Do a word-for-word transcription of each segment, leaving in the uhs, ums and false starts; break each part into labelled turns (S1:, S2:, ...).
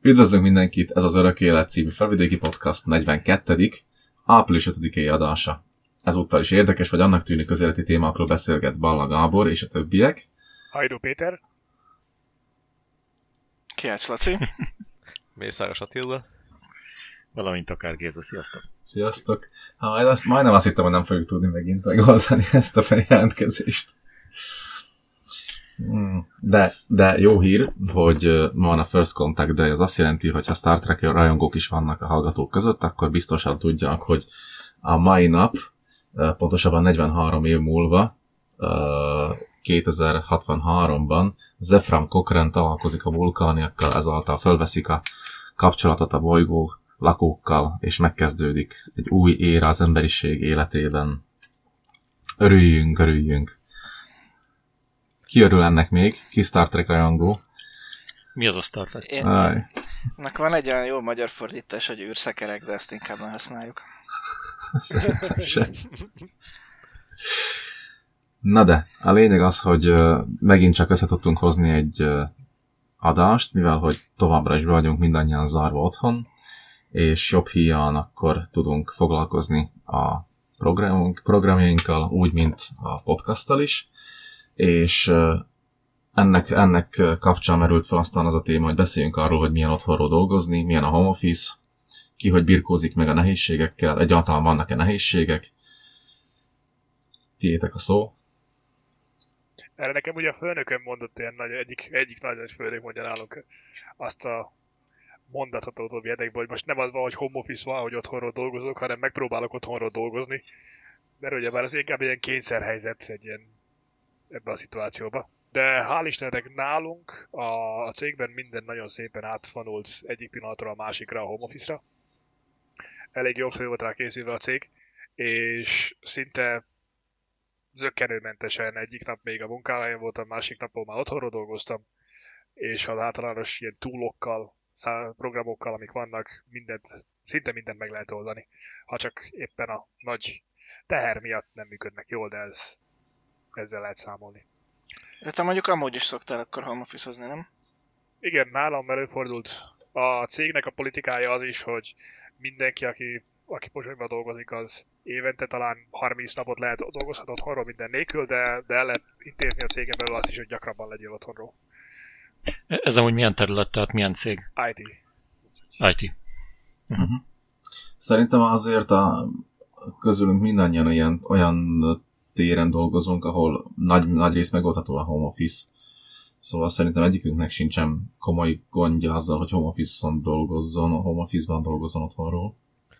S1: Üdvözlünk mindenkit, ez az Örök Élet című felvidéki podcast negyvenkettedik április ötödikéi adása. Ezúttal is érdekes, vagy annak tűnő közéleti témákról beszélget Balla Gábor és a többiek.
S2: Hajdú Péter.
S3: Kiács Laci.
S4: Mészáros Attila.
S5: Valamint akár Géza, sziasztok.
S1: Sziasztok. Ha, ezt majdnem azt hittem, hogy nem fogjuk tudni megint megoldani ezt a feljelentkezést. De, de jó hír, hogy ma van a First Contact Day, az azt jelenti, hogy ha Star Trek rajongók is vannak a hallgatók között, akkor biztosan tudják, hogy a mai nap, pontosabban negyvenhárom év múlva, kétezer-hatvanháromban Zefram Cochrane találkozik a vulkániakkal, ezáltal fölveszik a kapcsolatot a bolygó lakókkal, és megkezdődik egy új éra az emberiség életében. Örüljünk, örüljünk! Ki örül ennek még? Ki Star Trek rajongó?
S5: Mi az a Star Trek?
S3: Én... Ennek van egy olyan jó magyar fordítás, hogy űrszekerek, de ezt inkább nem használjuk.
S1: Szerintem sem. Na de, a lényeg az, hogy megint csak össze tudtunk hozni egy adást, mivel hogy továbbra is vagyunk mindannyian zárva otthon, és jobb híján akkor tudunk foglalkozni a programunk, programjainkkal, úgy, mint a podcasttal is. És ennek, ennek kapcsán merült fel aztán az a téma, hogy beszéljünk arról, hogy milyen otthonról dolgozni, milyen a home office, ki hogy birkózik meg a nehézségekkel, egyáltalán vannak-e nehézségek. Tiétek a szó.
S2: Erre nekem ugye a főnököm mondott ilyen nagy, egyik, egyik nagy főnök mondja nálunk azt a mondatot utóbbi edekből, hogy most nem az van, hogy home office van, hogy otthonról dolgozok, hanem megpróbálok otthonról dolgozni. Mert ugye már az inkább egy ilyen kényszerhelyzet, egy ilyen ebbe a szituációba. De hál' Istennek nálunk a, a cégben minden nagyon szépen átfanult egyik pillanatra a másikra a home office-ra. Elég jól fő volt rá készülve a cég, és szinte zökkenőmentesen egyik nap még a munkahelyen voltam, másik napon már otthonról dolgoztam, és az általános ilyen túlokkal, programokkal, amik vannak, mindent, szinte mindent meg lehet oldani. Ha csak éppen a nagy teher miatt nem működnek jól, de ez ezzel lehet számolni.
S3: De te mondjuk amúgy is szoktál akkor home office-ozni, nem?
S2: Igen, nálam előfordult. A cégnek a politikája az is, hogy mindenki, aki, aki Pozsonyban dolgozik, az évente talán harminc napot lehet dolgozhat otthonról minden nélkül, de, de el lehet intézni a cégen belül azt is, hogy gyakrabban legyél otthonról.
S5: Ez amúgy milyen terület, tehát milyen cég?
S2: I T.
S5: I T. Uh-huh.
S1: Szerintem azért a közülünk mindannyian olyan, olyan téren dolgozunk, ahol nagy, nagy rész megoldható a home office. Szóval szerintem egyikünknek sincsen komoly gondja azzal, hogy home office-on dolgozzon, a home office-ban dolgozzon otthonról.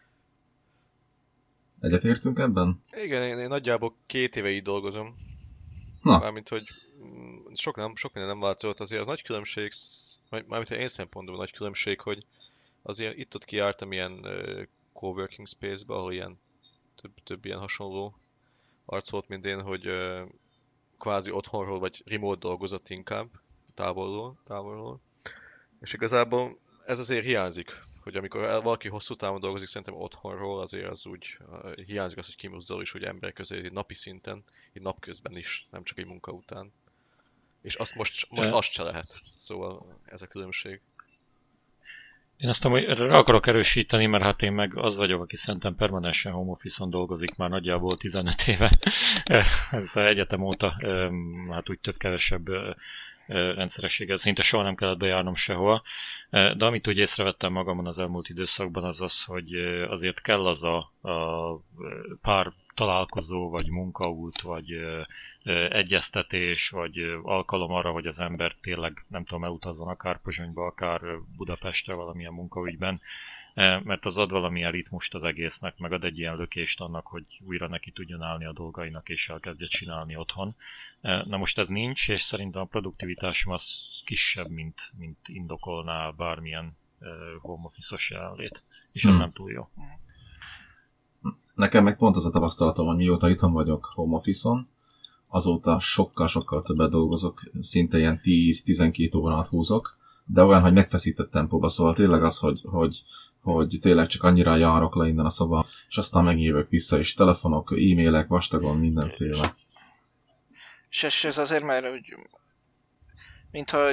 S1: Egyetértünk ebben?
S4: Igen, én, én nagyjából két éve így dolgozom.
S1: Na.
S4: Mármint, hogy sok, nem, sok minden nem változott, azért az nagy különbség, mármint én szempontból nagy különbség, hogy azért itt-ott kijártam ilyen uh, coworking space-be, ahol ilyen több, több ilyen hasonló arc volt, mint én, hogy uh, kvázi otthonról vagy remote dolgozott inkább, távolról, távolról. És igazából ez azért hiányzik, hogy amikor valaki hosszú távon dolgozik, szerintem otthonról azért az úgy uh, hiányzik az, hogy kimuzdul is, hogy ember közé napi szinten, így napközben is, nem csak egy munka után. És azt most, most azt se lehet. Szóval ez a különbség.
S5: Én azt mondom, hogy erre akarok erősíteni, mert hát én meg az vagyok, aki szerintem permanensen home office-on dolgozik már nagyjából tizenöt éve. Ez egyetem óta, hát úgy több-kevesebb rendszerességgel szinte soha nem kellett bejárnom sehol. De amit úgy észrevettem magamon az elmúlt időszakban az az, hogy azért kell az a, a pár találkozó, vagy munkaút, vagy egyeztetés, vagy alkalom arra, hogy az ember tényleg, nem tudom, elutazzon akár Pozsonyba, akár Budapestre valamilyen munkaügyben, mert az ad valamilyen ritmust az egésznek, meg ad egy ilyen lökést annak, hogy újra neki tudjon állni a dolgainak, és elkezdje csinálni otthon. Na most ez nincs, és szerintem a produktivitásom az kisebb, mint, mint indokolná bármilyen home office-os jelenlét, és ez hmm. nem túl jó.
S1: Nekem meg pont az a tapasztalatom, hogy mióta itthon vagyok home office-on, azóta sokkal-sokkal többet dolgozok, szinte ilyen tíz-tizenkét órát húzok, de olyan, hogy megfeszített tempóba, szóval tényleg az, hogy, hogy, hogy tényleg csak annyira járok le innen a szoba, és aztán megjövök vissza, és telefonok, e-mailek, vastagon, mindenféle.
S3: És ez azért, mert úgy, mintha hogy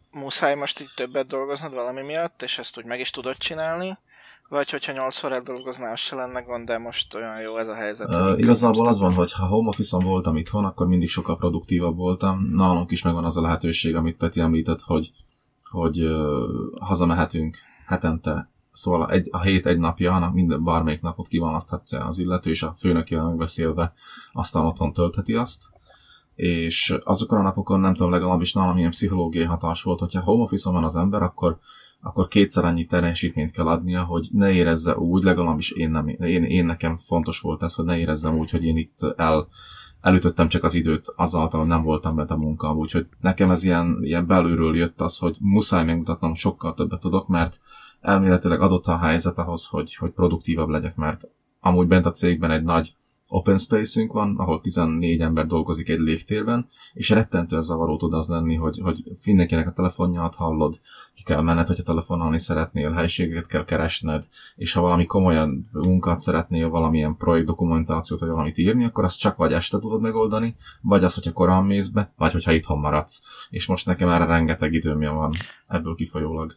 S3: muszáj most így többet dolgoznod valami miatt, és ezt úgy meg is tudod csinálni, vagy hogyha nyolc órát dolgoznál, az se lenne gond, de most olyan jó ez a helyzet.
S1: Uh, igazából az van, hogy ha home office-on voltam itthon, akkor mindig sokkal produktívabb voltam. Nálunk is megvan az a lehetőség, amit Peti említett, hogy, hogy uh, hazamehetünk hetente. Szóval egy, a hét egy napja, minden bármelyik napot kiválaszthatja az illető, és a főnökével megbeszélve aztán otthon töltheti azt. És azokon a napokon, nem tudom, legalábbis nálam ilyen pszichológiai hatás volt, hogyha home office-on van az ember, akkor, akkor kétszer annyi teljesítményt kell adnia, hogy ne érezze úgy, legalábbis én, nem, én, én nekem fontos volt ez, hogy ne érezzem úgy, hogy én itt el, elütöttem csak az időt azáltal, hogy nem voltam bent a munkában. Úgyhogy nekem ez ilyen, ilyen belülről jött az, hogy muszáj megmutatnom, hogy sokkal többet tudok, mert elméletileg adott a helyzet ahhoz, hogy, hogy produktívabb legyek, mert amúgy bent a cégben egy nagy open space-ünk van, ahol tizennégy ember dolgozik egy légtérben, és rettentően zavaró tud az lenni, hogy, hogy mindenkinek a telefonját hallod, ki kell menned, hogyha telefonálni szeretnél, helységeket kell keresned, és ha valami komolyan munkát szeretnél, valamilyen projekt dokumentációt, vagy valamit írni, akkor azt csak vagy este tudod megoldani, vagy az, hogyha korán mész be, vagy hogyha itthon maradsz. És most nekem erre rengeteg időm van ebből kifolyólag.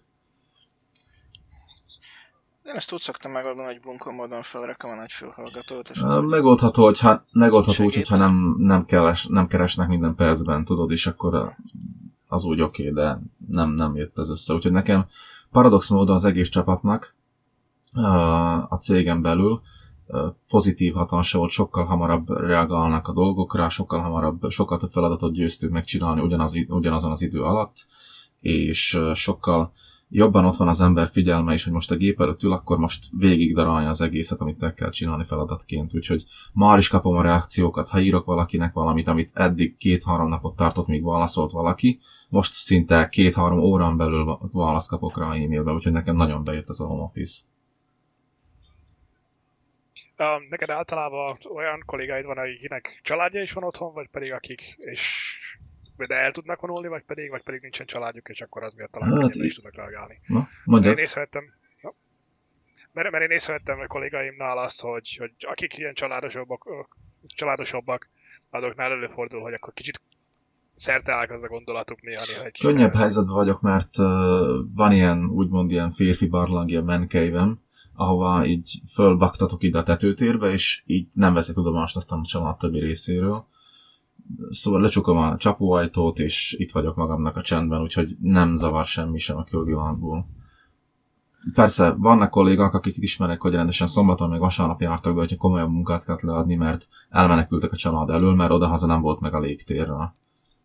S3: Én ezt úgy szoktam megoldani, hogy bunkó módon felrakom a nagy fülhallgatót. És
S1: Uh, megoldható, hogyha, megoldható úgy, hogyha nem, nem, keres, nem keresnek minden percben, tudod, és akkor az úgy oké, okay, de nem, nem jött ez össze. Úgyhogy nekem paradox módon az egész csapatnak uh, a cégen belül uh, pozitív hatása volt, sokkal hamarabb reagálnak a dolgokra, sokkal hamarabb, sokkal több feladatot győztük megcsinálni ugyanaz, ugyanazon az idő alatt, és uh, sokkal jobban ott van az ember figyelme is, hogy most a gép előtt ül, akkor most végig darálja az egészet, amit meg kell csinálni feladatként. Úgyhogy már is kapom a reakciókat, ha írok valakinek valamit, amit eddig két-három napot tartott, míg válaszolt valaki, most szinte két-három órán belül választ kapok rá e-mailbe, úgyhogy nekem nagyon bejött ez a home office.
S2: Um, neked általában olyan kollégáid van, akiknek családja is van otthon, vagy pedig akik és de el tudnak vonulni, vagy pedig, vagy pedig nincsen családjuk, és akkor az miatt talán hát is tudnak reagálni.
S1: Na, mondjad.
S2: Én észrevettem, no, mert, mert én észrevettem a kollégáimnál azt, hogy, hogy akik ilyen családosabbak, családosabbak, azoknál előfordul, hogy akkor kicsit szerteállnak az a gondolatuk néha. néha egy
S1: Könnyebb helyzetben vagyok, mert uh, van ilyen, úgymond ilyen férfi barlang, ilyen menkeivem, ahová így fölbaktatok ide a tetőtérbe, és így nem veszi tudomást aztán a család többi részéről. Szóval lecsukom a csapóajtót, és itt vagyok magamnak a csendben, úgyhogy nem zavar semmi sem a külvilágból. Persze, vannak kollégák, akik ismerek, hogy rendesen szombaton meg vasárnap jártak be, hogyha komolyabb munkát kellett leadni, mert elmenekültek a család elől, mert odahaza nem volt meg a légtérrel.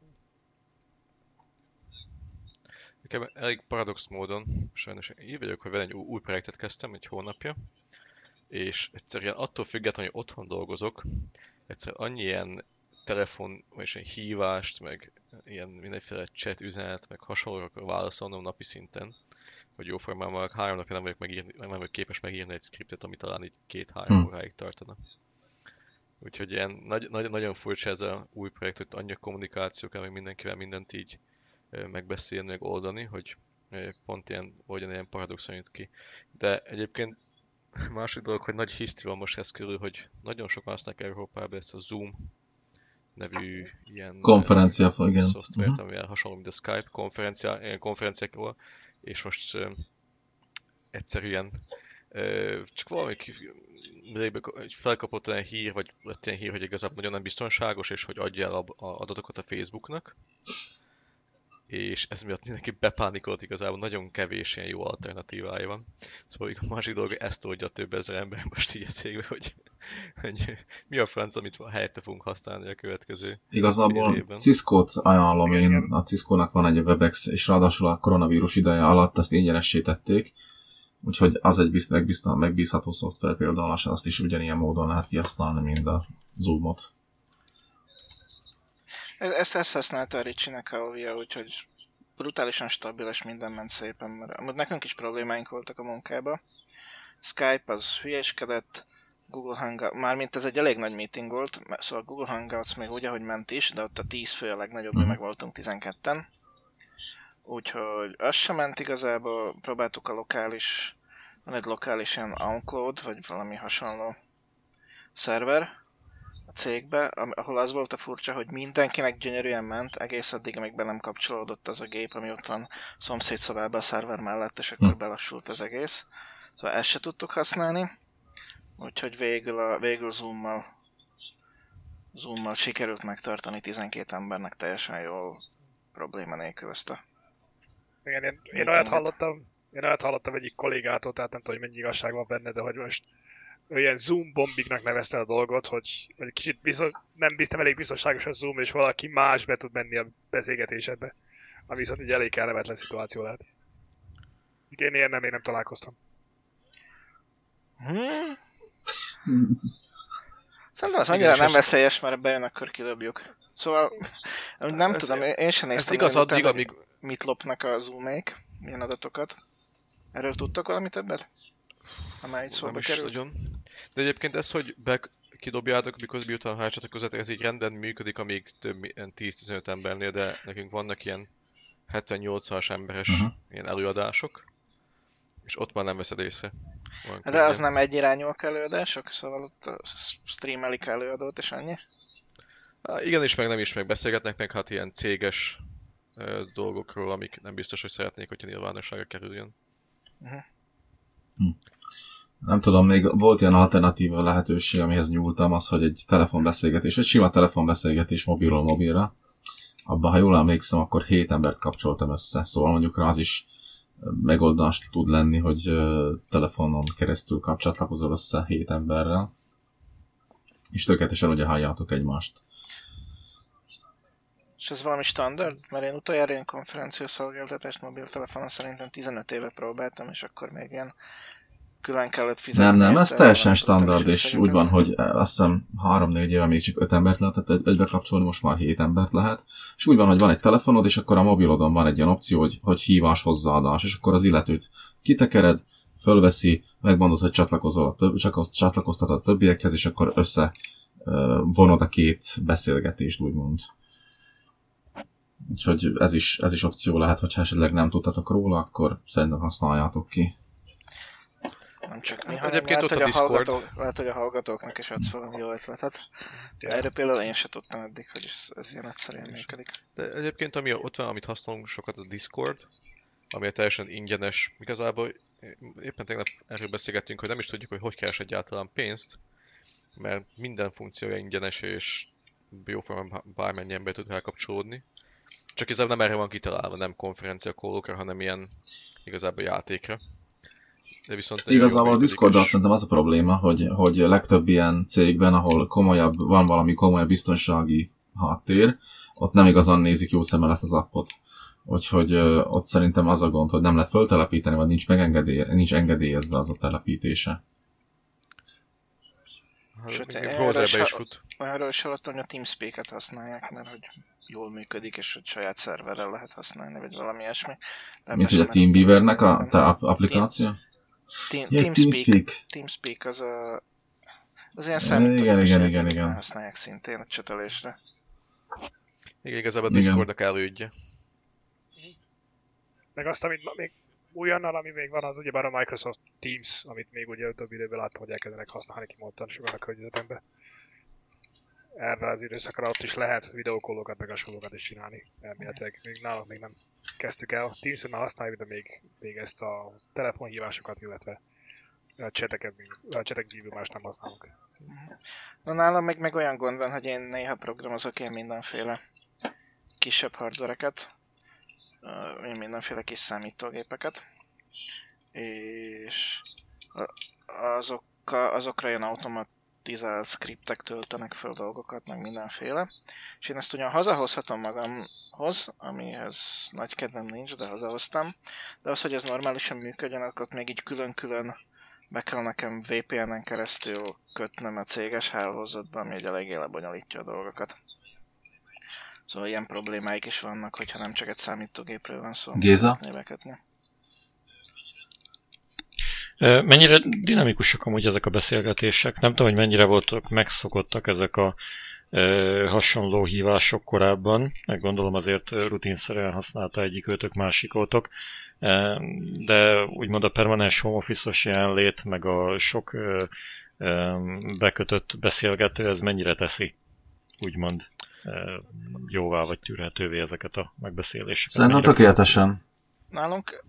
S4: Nekem elég paradox módon, sajnos így vagyok, hogy vele egy új projektet kezdtem, egy hónapja, és egyszerűen attól függetlenül, hogy otthon dolgozok, egyszer annyi ilyen telefon, vagy ilyen hívást, meg ilyen mindenféle chat üzenet, meg hasonlókra válaszolnom napi szinten, hogy jóformán már három napja nem vagyok, megírni, nem vagyok képes megírni egy scriptet, ami talán így két-három hmm. óráig tartana. Úgyhogy ilyen nagy, nagy, nagyon furcsa ez a új projekt, hogy annyi kommunikáció kell, meg mindenkivel mindent így megbeszélni, meg oldani, hogy pont ilyen, hogyan ilyen paradoxon jött ki. De egyébként másik dolog, hogy nagy hiszti van most ez körül, hogy nagyon sokan használják Európában ezt a Zoom nevű ilyen
S1: konferencia igen.
S4: szoftvert, uh-huh. amivel hasonló, mint a Skype konferencia, ilyen konferenciákról, és most uh, egyszerűen uh, csak valami felkapott olyan hír, vagy lett ilyen hír, hogy igazából nagyon nem biztonságos, és hogy adja el a, a adatokat a Facebooknak, és ez miatt mindenki bepánikolt, igazából nagyon kevés ilyen jó alternatívája van. Szóval a másik dolog, ezt oldja több ezer ember most így a cégbe, hogy, hogy mi a franc, amit helyette fogunk használni a következő
S1: igazából
S4: évben.
S1: Cisco-t ajánlom én, a Cisco-nak van egy Webex, és ráadásul a koronavírus ideje alatt ezt ingyenessé tették, úgyhogy az egy megbízható, megbízható szoftver például, azt is ugyanilyen módon lehet kihasználni, mint a Zoom-ot.
S3: Ezt, ezt használta a Ricsinek a Ovia, úgyhogy brutálisan stabil, és minden ment szépen, mert nekünk is problémáink voltak a munkában. Skype az hülyéskedett, Google Hangout, mármint ez egy elég nagy meeting volt, szóval Google Hangouts még úgy, ahogy ment is, de ott a tíz fő a legnagyobb, mi meg voltunk tizenketten. Úgyhogy az sem ment igazából, próbáltuk a lokális, van egy lokális ilyen OnCloud, vagy valami hasonló szerver, a cégbe, ahol az volt a furcsa, hogy mindenkinek gyönyörűen ment, egész addig, amíg be nem kapcsolódott az a gép, ami ott van szomszédszobában a szerver mellett, és akkor hm. belassult az egész. Szóval ezt se tudtuk használni, úgyhogy végül, a, végül Zoom-mal, Zoom-mal sikerült megtartani tizenkét embernek teljesen jól, probléma nélkül ezt a...
S2: Igen, én, én olyat hallottam, én olyat hallottam egyik kollégától, tehát nem tudom, hogy mennyi igazság van benne, de hogy most ő ilyen Zoom bombiknak nevezte a dolgot, hogy, hogy kicsit biztos, nem biztos elég biztonságos a Zoom, és valaki más be tud menni a beszélgetésedbe. Ami viszont egy elég kellemetlen szituáció lehet. Én ilyen nem, én nem találkoztam.
S3: Hmm. Szerintem az annyira nem veszélyes, mert bejön, akkor kidobjuk. Szóval nem ez tudom, én sem néztem,
S4: igaz,
S3: hogy
S4: addig, amíg...
S3: mit lopnak a Zoomék, milyen adatokat. Erről tudtak valami többet? Amely itt szóba került. Nagyon.
S4: De egyébként ez, hogy be kidobjátok, mikor miután a hátsatok között, ez így rendben működik, amíg több tíz-tizenöt embernél, de nekünk vannak ilyen hetven-nyolcvanas emberes uh-huh. ilyen előadások, és ott már nem veszed észre. Van
S3: de az nem egyirányúak előadások? Szóval ott streamelik előadót, és annyi?
S4: Há, igen is, meg nem is, meg beszélgetnek meg hát ilyen céges uh, dolgokról, amik nem biztos, hogy szeretnék, hogyha nyilvánosságra kerüljön.
S3: Uh-huh.
S1: Hm. Nem tudom, még volt ilyen alternatív lehetőség, amihez nyúltam, az, hogy egy telefonbeszélgetés, egy sima telefonbeszélgetés mobilról mobilra, abban, ha jól emlékszem, akkor hét embert kapcsoltam össze, szóval mondjuk rá az is megoldást tud lenni, hogy telefonon keresztül kapcsolatlakozol össze hét emberrel, és tökéletesen ugye halljátok egymást.
S3: És ez valami standard? Mert én utoljára ilyen konferenciaszolgáltatást mobiltelefonon szerintem tizenöt éve próbáltam, és akkor még ilyen külön kellett fizetni.
S1: Nem, nem, ez teljesen standard, és úgy van, hogy azt hiszem három-négy éve még csak öt embert lehetett egybe kapcsolni, most már hét embert lehet. És úgy van, hogy van egy telefonod, és akkor a mobilodon van egy ilyen opció, hogy, hogy hívás hozzáadás, és akkor az illetőt kitekered, fölveszi, megmondod, hogy csatlakozol, csak csatlakoztatod a többiekhez, és akkor össze vonod a két beszélgetést, úgymond. Úgyhogy ez is, ez is opció lehet, hogyha esetleg nem tudtatok róla, akkor szerintem használjátok ki.
S3: Nem csak mi, hanem lehet, hogy a, hallgatók, lehet, hogy a hallgatóknak is adsz valami jó ötletet. Ja. Erről például én sem tudtam eddig, hogy ez, ez ilyen egyszerűen működik.
S4: De egyébként ami ott van, amit használunk sokat, a Discord, ami teljesen ingyenes. Igazából éppen tegnap erről beszélgettünk, hogy nem is tudjuk, hogy hogy keres egyáltalán pénzt, mert minden funkciója ingyenes, és jóformán bármennyi ember tud elkapcsolódni. Csak igazából nem erre van kitalálva, nem konferencia callokra, hanem ilyen igazából játékra. De viszont
S1: igazából a Discorddal szerintem az a probléma, hogy, hogy legtöbb ilyen cégben, ahol komolyabb, van valami komolyabb biztonsági háttér, ott nem igazán nézik jó szemmel ezt az appot. Úgyhogy uh, ott szerintem az a gond, hogy nem lehet föltelepíteni, vagy nincs, megengedélye, nincs engedélyezve az a telepítése.
S3: Sőt, erről is, erről is hallottam, hogy a TeamSpeak-et használják, mert hogy jól működik, és hogy saját szerverrel lehet használni, vagy valami ilyesmi. De
S1: mint hogy a TeamViewer-nek a te applikáció?
S3: Team, yeah, TeamSpeak. TeamSpeak. TeamSpeak az a... az ilyen számítógépes használják szintén a csetelésre.
S4: Igen, igazából a Discordnak elődje.
S2: Meg azt, amit még újannal, ami még van, az ugyebár a Microsoft Teams, amit még ugye több időben láttam, hogy elkezdenek használni kimondtan sokan a környezetemben. Erre az időszakra ott is lehet videókollokat, meg hasonlókat is csinálni. Elméletileg még nálunk még nem kezdtük el. Teams-en már használjuk, de még, még ezt a telefonhívásokat, illetve a cseteket, a csetek kívül más nem használunk.
S3: Na nálam meg, meg olyan gond van, hogy én néha programozok én mindenféle kisebb hardvereket, én mindenféle kis számítógépeket, és azokkal, azokra ilyen automatizált skriptek töltenek fel dolgokat, meg mindenféle. És én ezt ugyan hazahozhatom magamhoz, amihez nagy kedvem nincs, de hazahoztam. De az, hogy ez normálisan működjön, akkor ott még így külön-külön be kell nekem vé pé en-en keresztül kötnöm a céges hálózatba, ami egy eléggé lebonyolítja a dolgokat. Szóval ilyen problémáik is vannak, hogyha nem csak egy számítógépről van szó, amit szeretné bekötni.
S5: Mennyire dinamikusak amúgy ezek a beszélgetések? Nem tudom, hogy mennyire voltak megszokottak ezek a e, hasonló hívások korábban. Meg gondolom azért rutinszerűen használta egyikőtök, másikótok. E, de úgymond a permanens home office-os jelenlét, meg a sok e, bekötött beszélgető, ez mennyire teszi, úgymond, jóvá vagy tűrhetővé ezeket a megbeszéléseket?
S1: Szerintem tökéletesen.
S3: Nálunk?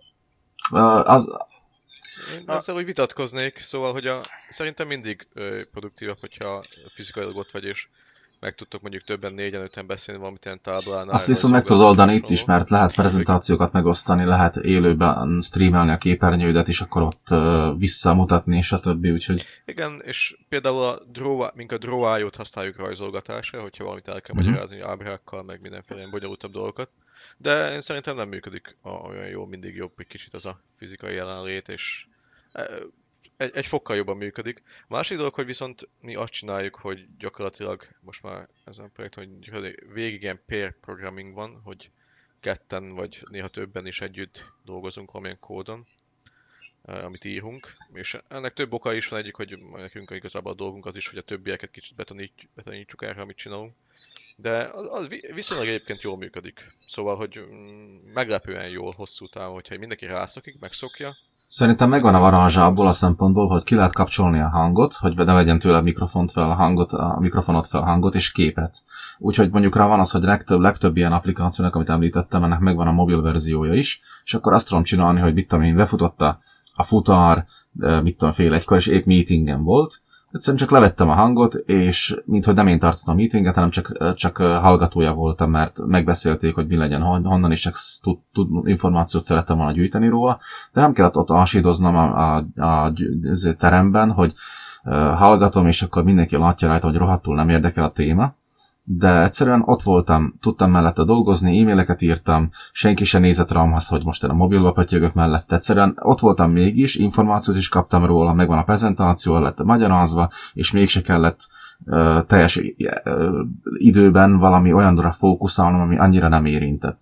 S1: Uh, az...
S4: Én ezzel úgy vitatkoznék, szóval, hogy a, szerintem mindig ö, produktívak, hogyha fizikailag ott vagy, és meg tudtok mondjuk többen négyen, öten beszélni valamit ilyen táblánál.
S1: Azt viszont meg tudod oldani itt is, mert lehet prezentációkat megosztani, lehet élőben streamelni a képernyődet, és akkor ott uh, visszamutatni, stb. Úgyhogy...
S4: Igen, és például a draw, mink a draw ot használjuk rajzolgatásra, hogyha valamit el kell
S1: Mhm.
S4: magyarázni ábrákkal, meg mindenféle ilyen bonyolultabb dolgokat. De én szerintem nem működik a- olyan jól, mindig jobb egy kicsit az a fizikai jelenlét, és e, egy, egy fokkal jobban működik. A másik dolog, hogy viszont mi azt csináljuk, hogy gyakorlatilag most már ezen a projekten, hogy gyakorlatilag végig ilyen pair programming van, hogy ketten vagy néha többen is együtt dolgozunk valamilyen kódon, eh, amit írunk, és ennek több oka is van, egyik, hogy nekünk igazából a dolgunk az is, hogy a többieket kicsit betanít, betanítsuk erre, amit csinálunk. De az, az vi- viszonylag egyébként jól működik. Szóval, hogy mm, meglepően jól hosszú távon, hogyha mindenki rászokik, megszokja.
S1: Szerintem megvan a varázsa abból a szempontból, hogy ki lehet kapcsolni a hangot, hogy ne vegyen tőle a mikrofont fel a hangot, a mikrofonot fel a hangot és képet. Úgyhogy mondjuk rá van az, hogy legtöbb, legtöbb ilyen applikációnak, amit említettem, ennek megvan a mobil verziója is, és akkor azt tudom csinálni, hogy mit tudom én, befutott a, a futár, eh, mit tudom fél egykor, és épp meetingen volt. Egyszerűen csak levettem a hangot, és minthogy nem én tartottam a meetinget, hanem csak, csak hallgatója voltam, mert megbeszélték, hogy mi legyen honnan, és csak tud, tud, információt szerettem volna gyűjteni róla. De nem kellett ott alsídoznom a, a, a teremben, hogy uh, hallgatom, és akkor mindenki látja rajta, hogy rohadtul nem érdekel a téma. De egyszerűen ott voltam, tudtam mellette dolgozni, e-maileket írtam, senki se nézett rám azt, hogy most én a mobilba pötyögök mellett. Egyszerűen ott voltam mégis, információt is kaptam róla, megvan a prezentáció, lett magyarázva, és mégse kellett uh, teljes uh, időben valami olyanra fókuszálnom, ami annyira nem érintett.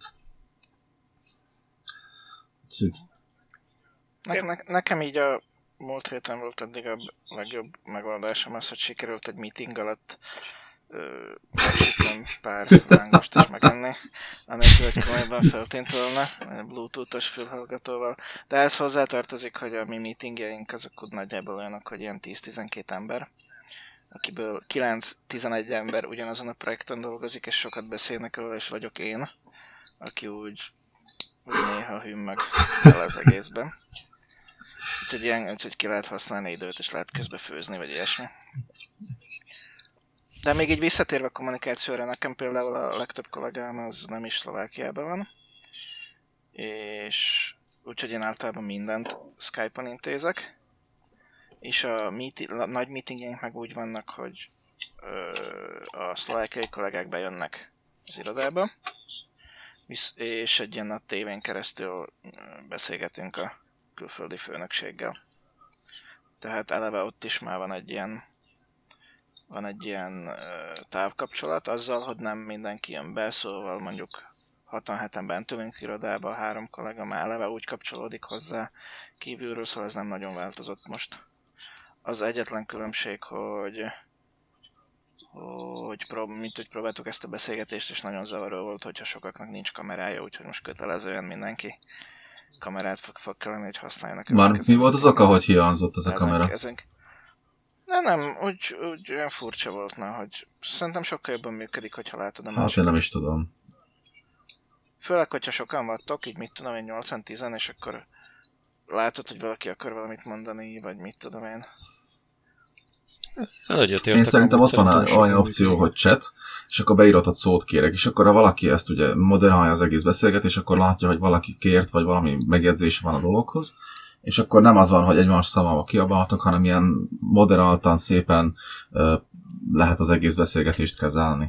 S3: Ne- ne- nekem így a múlt héten volt eddig a legjobb megoldásom az, hogy sikerült egy meeting alatt megsütöm pár lángost is megenni, anélkül, hogy komolyabban feltűnt volna, bluetooth-os fülhallgatóval. De ez hozzátartozik, hogy a mi meetingjeink azok úgy nagyjából olyanok, hogy ilyen tíz-tizenkét ember, akiből kilenc-tizenegy ember ugyanazon a projekten dolgozik, és sokat beszélnek róla, és vagyok én, aki úgy, úgy néha hümmög el az egészben. Úgyhogy, ilyen, úgyhogy ki lehet használni időt, és lehet közbe főzni, vagy ilyesmi. De még így visszatérve a kommunikációra, nekem például a legtöbb kollégám az nem is Szlovákiában van, és úgyhogy én általában mindent Skype-on intézek, és a, meeti- a nagy meetingjeink meg úgy vannak, hogy ö, a szlovákiai kollégák bejönnek az irodába, visz- és egy ilyen a tévén keresztül beszélgetünk a külföldi főnökséggel. Tehát eleve ott is már van egy ilyen van egy ilyen ö, távkapcsolat, azzal, hogy nem mindenki jön be, szóval mondjuk hatan-heten bent ülünk irodába, három kollega már eleve úgy kapcsolódik hozzá kívülről, szóval ez nem nagyon változott most. Az egyetlen különbség, hogy hogy, prób- mint hogy próbáltuk ezt a beszélgetést, és nagyon zavaró volt, hogyha sokaknak nincs kamerája, úgyhogy most kötelezően mindenki kamerát fog, fog kelleni, hogy használjanak.
S1: Már mi volt az oka, hogy hiányzott ez a kamera?
S3: Ezen, ezen, nem, nem, úgy, úgy olyan furcsa volt, na, hogy szerintem sokkal jobban működik, hogyha látod a
S1: Hát
S3: másik.
S1: én nem is tudom.
S3: Főleg, hogyha sokan vagytok, így mit tudom én, nyolcan-tízen, és akkor látod, hogy valaki akar valamit mondani, vagy mit tudom én.
S5: Ezzel egyetértek,
S1: Én szerintem
S5: amúgy
S1: ott van
S5: szerintem
S1: a- olyan
S5: sokan
S1: opció,
S5: működik.
S1: hogy chat, és akkor beíratod szót kérek, és akkor ha valaki ezt ugye moderálja az egész beszélgetés, akkor látja, hogy valaki kért, vagy valami megjegyzése van a dologhoz, és akkor nem az van, hogy egymás szavába kiabáltok, hanem ilyen moderáltan, szépen uh, lehet az egész beszélgetést kezelni.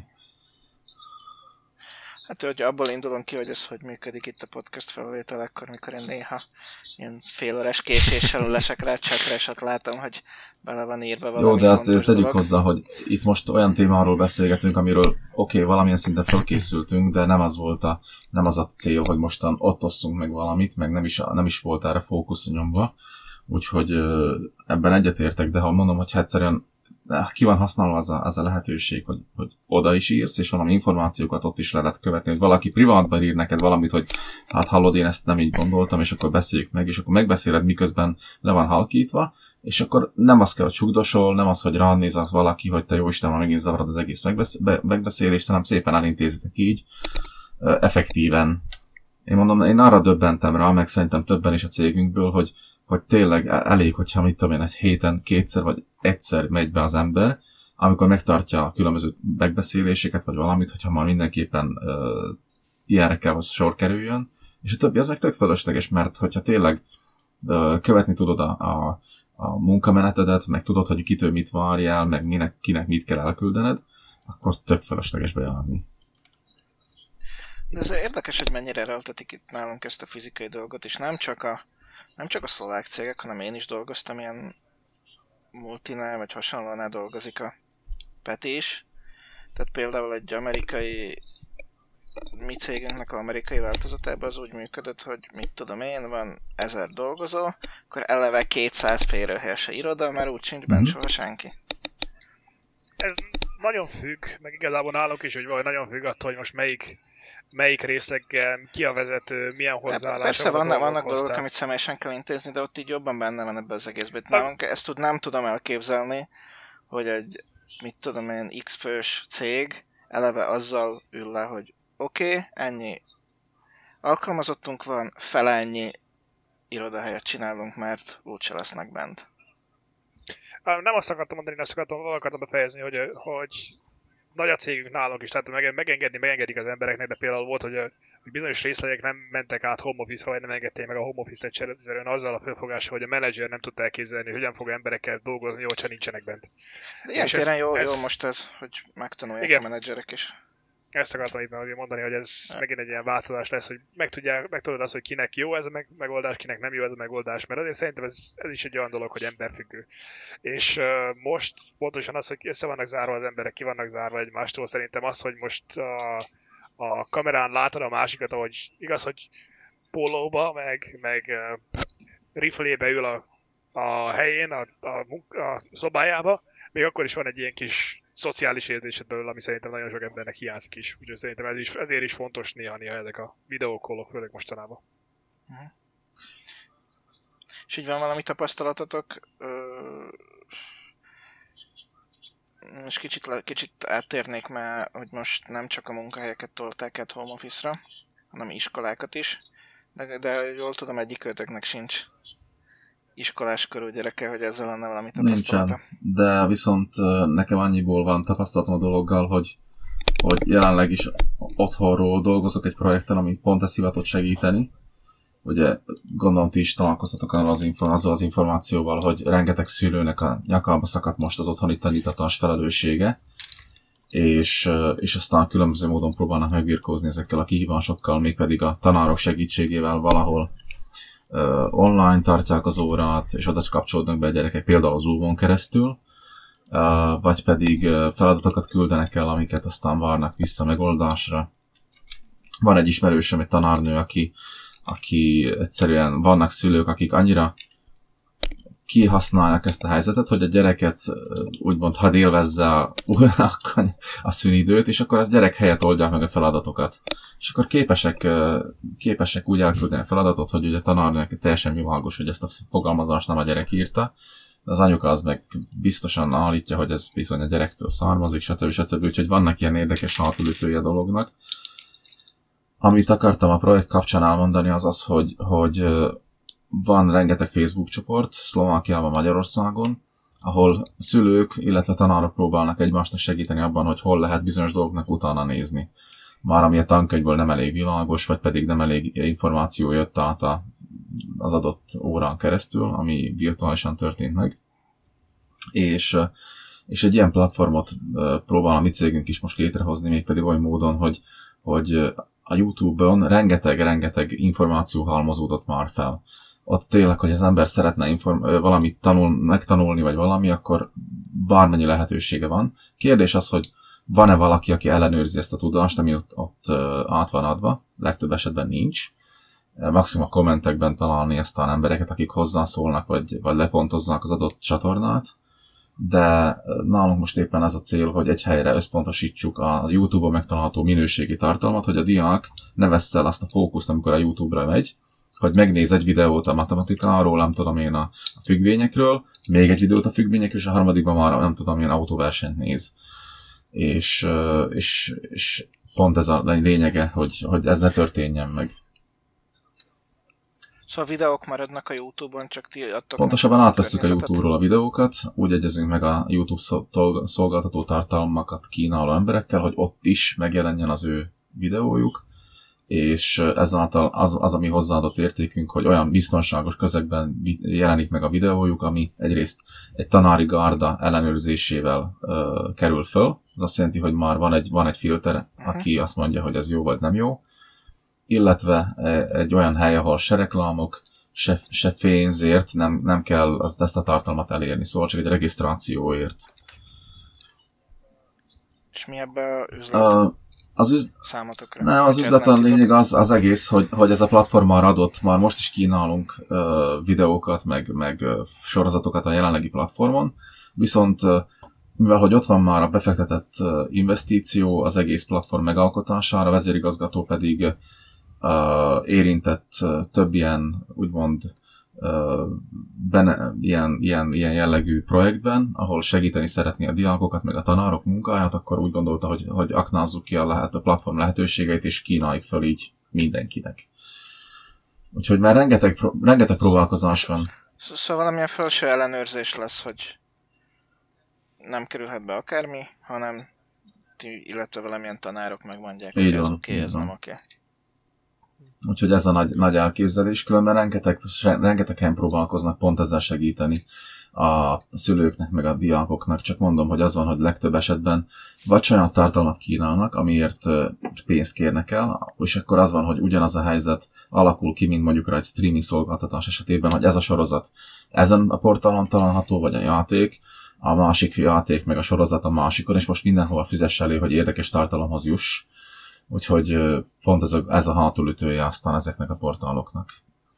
S3: Hát, hogy abból indulunk ki, hogy ez hogy működik itt a podcast felvétel, akkor mikor én néha ilyen félórás késéssel lesek rá a chatre, és ott látom, hogy bele van írva valami
S1: Jó, de azt
S3: fontos
S1: tegyük
S3: dolog.
S1: hozzá, hogy itt most olyan témáról beszélgetünk, amiről oké, okay, valamilyen szinten felkészültünk, de nem az volt a, nem az a cél, hogy mostan ott osszunk meg valamit, meg nem is, nem is volt erre fókusz nyomva. Úgyhogy ö, ebben egyetértek, de ha mondom, hogy egyszerűen ki van használva az a, az a lehetőség, hogy, hogy oda is írsz, és valami információkat ott is le lehet követni, hogy valaki privátban ír neked valamit, hogy hát hallod, én ezt nem így gondoltam, és akkor beszéljük meg, és akkor megbeszéled, miközben le van halkítva, és akkor nem az kell, hogy csukdosol, nem az, hogy ránéz az valaki, hogy te jó Isten, már megint zavarod az egész megbesz- be- megbeszélést, hanem szépen elintézitek így, effektíven. Én mondom, én arra döbbentem rá, meg szerintem többen is a cégünkből, hogy, hogy tényleg elég, hogyha mit tudom én, egy héten kétszer vagy egyszer megy be az ember, amikor megtartja a különböző megbeszéléseket, vagy valamit, hogyha már mindenképpen uh, ilyenre kell, hogy sor kerüljön, és a többi az meg tök fölösleges, mert hogyha tényleg uh, követni tudod a, a, a munkamenetedet, meg tudod, hogy kitől mit várjál, meg minek, kinek mit kell elküldened, akkor tök fölösleges bejárni.
S3: De ez érdekes, hogy mennyire erőltetik itt nálunk ezt a fizikai dolgot, és nem csak a, nem csak a szlovák cégek, hanem én is dolgoztam ilyen multinál, vagy hasonlónál dolgozik a Peti is. Tehát például egy amerikai, mi cégünknek az amerikai változatában az úgy működött, hogy mit tudom én, van ezer dolgozó, akkor eleve kétszáz férőhelyes iroda, mert úgy sincs bent soha senki.
S2: Ez nagyon függ, meg igazából nálunk is, hogy vagy nagyon függ attól, hogy most melyik melyik részleggel, ki a vezető, milyen hozzáállás.
S3: Persze vannak, vannak dolgok, amit személyesen kell intézni, de ott így jobban benne van ebbe az egészben. Nálunk ezt tud, nem tudom elképzelni, hogy egy, mit tudom én, X-fős cég eleve azzal ül le, hogy oké, okay, ennyi alkalmazottunk van, fele ennyi irodahelyet csinálunk, mert úgyse lesznek bent.
S2: Nem azt akartam mondani, én azt akartam, akartam befejezni, hogy, hogy nagy a cégünk nálunk is, tehát megengedni, megengedik az embereknek, de például volt, hogy, a, hogy bizonyos részlegek nem mentek át home office-ra, vagy nem engedték meg a home office-t egyszerűen azzal a fölfogással, hogy a menedzser nem tudta elképzelni, hogy hogyan fog emberekkel dolgozni, hogyha nincsenek bent.
S3: De ilyen téren jó, ez, jó most ez, hogy megtanulják igen, a menedzserek is.
S2: Ezt akartam éppen mondani, hogy ez ja. megint egy ilyen változás lesz, hogy meg, tudják, meg tudod azt, hogy kinek jó ez a meg, megoldás, kinek nem jó ez a megoldás, mert azért szerintem ez, ez is egy olyan dolog, hogy emberfüggő. És uh, most pontosan az, hogy össze vannak zárva az emberek, ki vannak zárva egymástól, szerintem az, hogy most uh, a kamerán látod a másikat, ahogy igaz, hogy pólóba, meg, meg uh, riflébe ül a, a helyén, a, a, a szobájába, még akkor is van egy ilyen kis szociális érzésed belőle, ami szerintem nagyon sok embernek hiányzik is. Úgyhogy szerintem ez is, ezért is fontos néha-néha ezek a videókollok, főleg mostanában.
S3: Uh-huh. És így van valami tapasztalatotok? És kicsit, kicsit áttérnék már, hogy most nem csak a munkahelyeket tolták át home office-ra, hanem iskolákat is. De, de jól tudom, egyikőtöknek sincs iskolás körül gyereke, hogy ezzel lenne valami tapasztalata.
S1: Nincsen, de viszont nekem annyiból van tapasztalatom a dologgal, hogy, hogy jelenleg is otthonról dolgozok egy projekten, ami pont ezt hivatott segíteni. Ugye gondolom ti is találkoztatok az inform- azzal az információval, hogy rengeteg szülőnek a nyakába szakadt most az otthoni tanítatás felelőssége, és, és aztán különböző módon próbálnak megbirkózni ezekkel a kihívásokkal, mégpedig a tanárok segítségével valahol Uh, online tartják az órát, és oda kapcsolódnak be a gyerekek, például a Zoom-on keresztül, uh, vagy pedig uh, feladatokat küldenek el, amiket aztán várnak vissza megoldásra. Van egy ismerősöm, egy tanárnő, aki, aki egyszerűen vannak szülők, akik annyira kihasználják ezt a helyzetet, hogy a gyereket úgymond hadd élvezze a, a szünidőt, és akkor az gyerek helyett oldják meg a feladatokat. És akkor képesek, képesek úgy elküldeni a feladatot, hogy ugye a tanárnőnek teljesen világos, hogy ezt a fogalmazást nem a gyerek írta, de az anyuka az meg biztosan állítja, hogy ez bizony a gyerektől származik, stb. stb. Úgyhogy vannak ilyen érdekes hátulütője a dolognak. Amit akartam a projekt kapcsán elmondani, az az, hogy, hogy van rengeteg Facebook csoport Szlovákiában, Magyarországon, ahol szülők, illetve tanárok próbálnak egymásnak segíteni abban, hogy hol lehet bizonyos dolgoknak utána nézni. Már ami a tankönyvből nem elég világos, vagy pedig nem elég információ jött át az adott órán keresztül, ami virtuálisan történt meg. És, és egy ilyen platformot próbál a mi cégünk is most létrehozni, mégpedig olyan módon, hogy, hogy a YouTube-on rengeteg-rengeteg információ halmozódott már fel. Ott tényleg, hogy az ember szeretne inform- valamit tanul, megtanulni, vagy valami, akkor bármennyi lehetősége van. Kérdés az, hogy van-e valaki, aki ellenőrzi ezt a tudást, ami ott, ott át van adva. Legtöbb esetben nincs. Maximum a kommentekben találni ezt a embereket, akik hozzászólnak, vagy, vagy lepontoznak az adott csatornát. De nálunk most éppen ez a cél, hogy egy helyre összpontosítsuk a YouTube-on megtalálható minőségi tartalmat, hogy a diák ne vessz el azt a fókuszt, amikor a YouTube-ra megy, hogy megnéz egy videót a matematikáról, nem tudom én a, a függvényekről, még egy videót a függvényekről, és a harmadikban már nem tudom én autóversenyt néz. És, és, és pont ez a lényege, hogy, hogy ez ne történjen meg.
S3: Szóval a videók maradnak a YouTube-on, csak ti adtok...
S1: Pontosabban átveszük a YouTube-ról a videókat, úgy egyezünk meg a YouTube szolgáltató tartalmakat kínáló emberekkel, hogy ott is megjelenjen az ő videójuk, és ezáltal az, az a mi hozzáadott értékünk, hogy olyan biztonságos közegben jelenik meg a videójuk, ami egyrészt egy tanári gárda ellenőrzésével uh, kerül föl. Ez azt jelenti, hogy már van egy, van egy filter, uh-huh. aki azt mondja, hogy ez jó vagy nem jó. Illetve egy olyan hely, ahol se reklámok, se, se pénzért nem, nem kell az, ezt a tartalmat elérni, szóval csak egy regisztrációért.
S3: És mi ebbe a üzlet uh,
S1: az üz...
S3: számotokra?
S1: Nem, az üzlet a lényeg az, az egész, hogy, hogy ez a platform már adott, már most is kínálunk uh, videókat, meg, meg uh, sorozatokat a jelenlegi platformon, viszont uh, mivel hogy ott van már a befektetett uh, investíció az egész platform megalkotására, a vezérigazgató pedig Uh, érintett uh, több ilyen, úgymond uh, bene, ilyen, ilyen, ilyen jellegű projektben, ahol segíteni szeretné a diákokat, meg a tanárok munkáját, akkor úgy gondolta, hogy, hogy aknázzuk ki a, lehet, a platform lehetőségeit, és kínáljuk föl így mindenkinek. Úgyhogy már rengeteg, rengeteg próbálkozás van.
S3: Szóval valamilyen felső ellenőrzés lesz, hogy nem kerülhet be akármi, hanem ti, illetve valamilyen tanárok megmondják, hogy ez oké, okay, ez nem oké. Okay.
S1: Úgyhogy ez a nagy, nagy elképzelés, különben rengeteg, rengeteg helyen próbálkoznak pont ezzel segíteni a szülőknek, meg a diákoknak, csak mondom, hogy az van, hogy legtöbb esetben vagy saját tartalmat kínálnak, amiért pénzt kérnek el, és akkor az van, hogy ugyanaz a helyzet alakul ki, mint mondjuk rá egy streaming szolgáltatás esetében, hogy ez a sorozat ezen a portálon található, vagy a játék, a másik játék, meg a sorozat a másikon, és most mindenhol fizess elő, hogy érdekes tartalomhoz juss. Úgyhogy pont ez a, ez a hátulütője aztán ezeknek a portáloknak.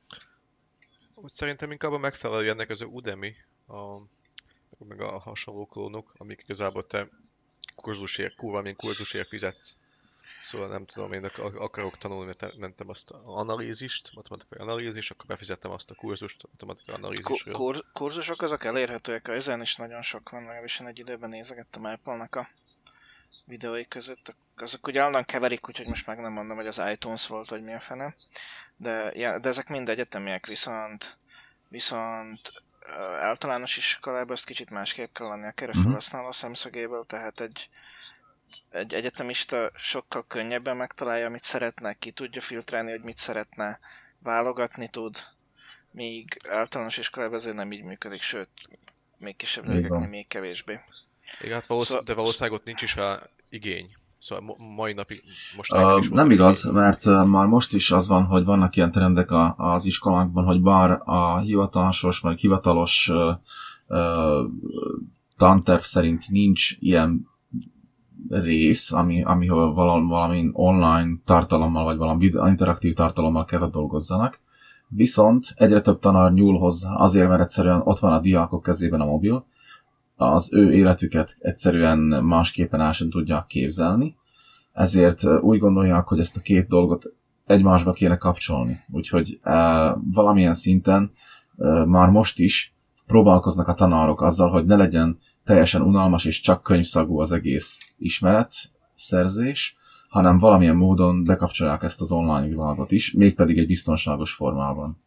S4: Úgy szerintem inkább a megfelelő ennek az Udemy, a, meg a hasonló klónok, amik igazából te kurzusért, valamilyen kurzusért fizetsz. Szóval nem tudom, én akarok tanulni, mert mentem azt az analízist, matematikai analízis, akkor befizettem azt a kurzust, matematikai analízisről.
S3: Kur- kurzusok azok elérhetőek, ezen is nagyon sok van, legalábbis én egy időben nézegettem Apple-nak a videói között. Azok ugye állandóan keverik, úgyhogy most meg nem mondom, hogy az iTunes volt, vagy milyen fene. De, ja, de ezek mind egyetemiek, viszont, viszont általános iskolában ezt kicsit másképp kell lenni a kerefelhasználó szemszögéből, tehát egy, egy egyetemista sokkal könnyebben megtalálja, amit szeretne, ki tudja filtrálni, hogy mit szeretne, válogatni tud, míg általános iskolában azért nem így működik, sőt, még kisebb gyerekeknél még kevésbé.
S4: Igen, hát valósz- szóval, de valószínűleg ott nincs is rá igény. Szóval mai napig most
S1: uh, is nem igaz, igény. Mert uh, már most is az van, hogy vannak ilyen trendek a, az iskolákban, hogy bár a hivatalos, vagy hivatalos uh, uh, tanterv szerint nincs ilyen rész, ami, amihol valami, valami online tartalommal, vagy valami interaktív tartalommal kell dolgozzanak. Viszont egyre több tanár nyúl hozzá, azért, mert egyszerűen ott van a diákok kezében a mobil, az ő életüket egyszerűen másképpen el sem tudják képzelni, ezért úgy gondolják, hogy ezt a két dolgot egymásba kéne kapcsolni. Úgyhogy e, valamilyen szinten e, már most is próbálkoznak a tanárok azzal, hogy ne legyen teljesen unalmas és csak könyvszagú az egész ismeretszerzés, hanem valamilyen módon bekapcsolják ezt az online világot is, mégpedig egy biztonságos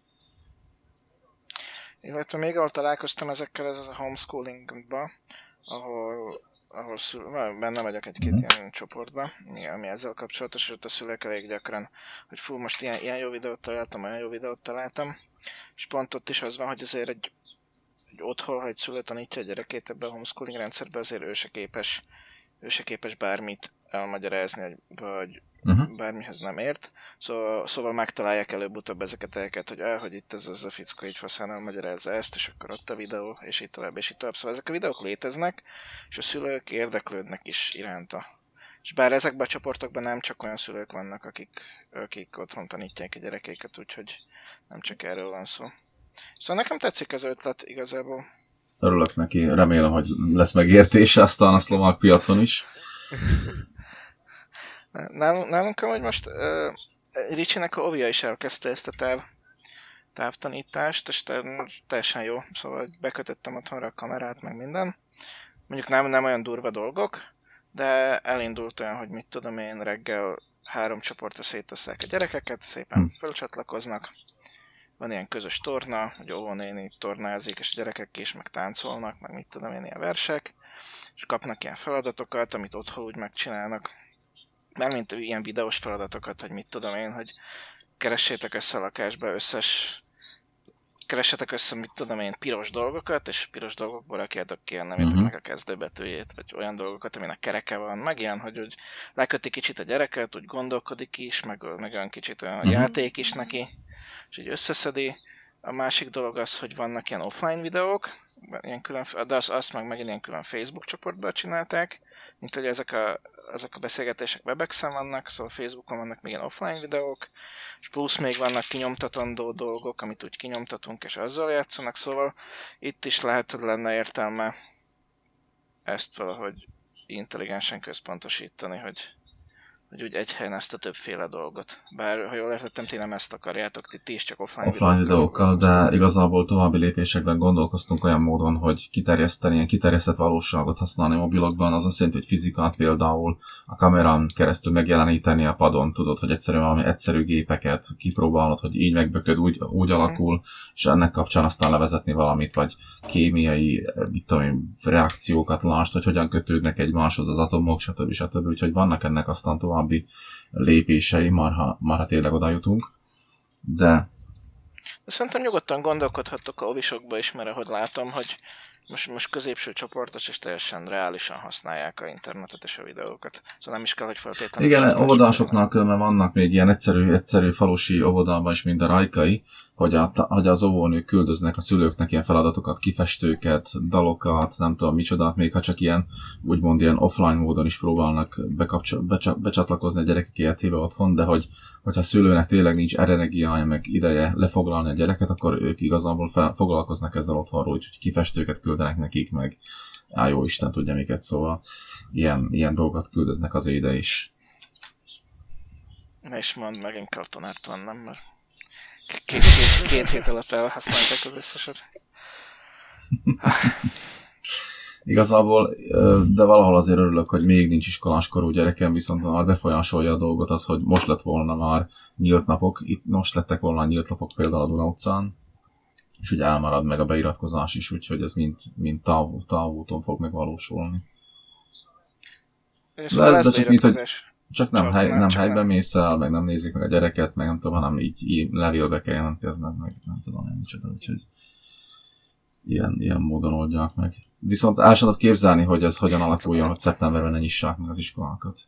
S1: formában.
S3: Illetve még ahol találkoztam ezekkel, ez a homeschoolingba, ahol, ahol szül... benne vagyok egy-két mm. ilyen csoportban, ami ezzel kapcsolatos, és ott a szülők elég gyakran, hogy fú, most ilyen, ilyen jó videót találtam, olyan jó videót találtam, és pont ott is az van, hogy azért egy, egy otthon, ha egy szülő tanítja a gyerekét ebben a homeschooling rendszerben, azért ő se képes, ő se képes bármit elmagyarázni, vagy uh-huh. bármihez nem ért. Szóval, szóval megtalálják előbb-utóbb ezeket elket, hogy ah, hogy itt ez az a fickó így faszán elmagyarázza ezt, és akkor ott a videó, és így tovább, és így tovább. Szóval ezek a videók léteznek, és a szülők érdeklődnek is iránta. És bár ezekben a csoportokban nem csak olyan szülők vannak, akik, akik otthon tanítják a gyerekeiket, úgyhogy nem csak erről van szó. Szóval nekem tetszik az ötlet igazából.
S1: Örülök neki, remélem, hogy lesz megértése aztán a szlovák piacon is.
S3: Nálunk, nálunk amúgy most uh, Ricsinek a Ovia is elkezdte ezt a táv, távtanítást, és teljesen jó, szóval bekötöttem otthonra a kamerát, meg minden. Mondjuk nem, nem olyan durva dolgok, de elindult olyan, hogy mit tudom én, reggel három csoportra szétosszák a gyerekeket, szépen hm. felcsatlakoznak. Van ilyen közös torna, hogy óvónéni tornázik, és a gyerekek is meg táncolnak, meg mit tudom én, ilyen versek, és kapnak ilyen feladatokat, amit otthon úgy megcsinálnak. Mármint ilyen videós feladatokat, hogy mit tudom én, hogy keressétek össze a lakásba összes, keressetek össze, mit tudom én, piros dolgokat, és piros dolgokból rakjátok ki a nevéteknek a kezdőbetűjét, vagy olyan dolgokat, aminek kereke van, meg ilyen, hogy úgy leköti kicsit a gyereket, úgy gondolkodik is, meg, meg olyan kicsit olyan uh-huh. játék is neki, és így összeszedi. A másik dolog az, hogy vannak ilyen offline videók, ilyen külön, de azt, azt meg megint ilyen külön Facebook csoportban csinálták, mint hogy ezek a, ezek a beszélgetések Webexen vannak, szóval Facebookon vannak még ilyen offline videók, és plusz még vannak kinyomtatandó dolgok, amit úgy kinyomtatunk, és azzal játszanak, szóval itt is lehet, hogy lenne értelme ezt valahogy intelligensen központosítani, hogy, hogy úgy egy helyen ezt a többféle dolgot. Bár, ha jól értettem, ti nem ezt akarjátok, ti, ti is csak offline,
S1: offline videókkal, de igazából további lépésekben gondolkoztunk olyan módon, hogy kiterjeszteni, ilyen kiterjesztett valóságot használni mobilokban, az azt jelenti, hogy fizikát például a kamerán keresztül megjeleníteni a padon, tudod, hogy egyszerűen valami egyszerű gépeket kipróbálod, hogy így megbököd, úgy, úgy hmm. alakul, és ennek kapcsán aztán levezetni valamit, vagy kémiai, mit tudom én, reakciókat lásd, hogy hogyan kötődnek egymáshoz az atomok, stb. stb. Úgyhogy vannak ennek aztán további lépései, már ha, már ha tényleg oda jutunk, de...
S3: de szerintem nyugodtan gondolkodhattok a ovisokba is, mert ahogy látom, hogy most, most középső csoportos és teljesen reálisan használják a internetet és a videókat. Szóval nem is kell, hogy feltétlenül...
S1: Igen, óvodásoknál különben vannak még ilyen egyszerű, egyszerű falusi óvodában is, mint a Rajkai, hogy, a, hogy az óvónők küldöznek a szülőknek ilyen feladatokat, kifestőket, dalokat, nem tudom micsodát, még ha csak ilyen, úgymond ilyen offline módon is próbálnak bekapcsol, becsa, becsatlakozni a gyerekek életébe otthon, de hogy, hogyha a szülőnek tényleg nincs energiája, meg ideje lefoglalni a gyereket, akkor ők igazából fel, foglalkoznak ezzel otthonról, úgyhogy kifestőket küldenek nekik, meg á, jó Isten tudja miket, szóval ilyen, ilyen dolgokat küldöznek az ide is.
S3: És mondd meg, én Kaltonárt van, nem? Mert két, két, két hét alatt elhasználták az összeset.
S1: Igazából, de valahol azért örülök, hogy még nincs iskoláskorú gyerekem, viszont már befolyásolja a dolgot az, hogy most lett volna már nyílt napok, itt most lettek volna nyílt napok például a Duna utcán, és ugye elmarad meg a beiratkozás is, úgyhogy ez mind, mind távú, távúton fog megvalósulni.
S3: És lesz, de csak mint, hogy
S1: csak nem, csak hely, nem, nem csak helyben nem. Mész el, meg nem nézik meg a gyereket, meg nem tudom, hanem így, így levélbe kell jelentkezned, meg nem tudom, nem micsoda, úgyhogy ilyen, ilyen módon oldják meg. Viszont el sem tudod képzelni, hogy ez hogyan alakuljon, hogy szeptemberben ne nyissák meg az iskolákat.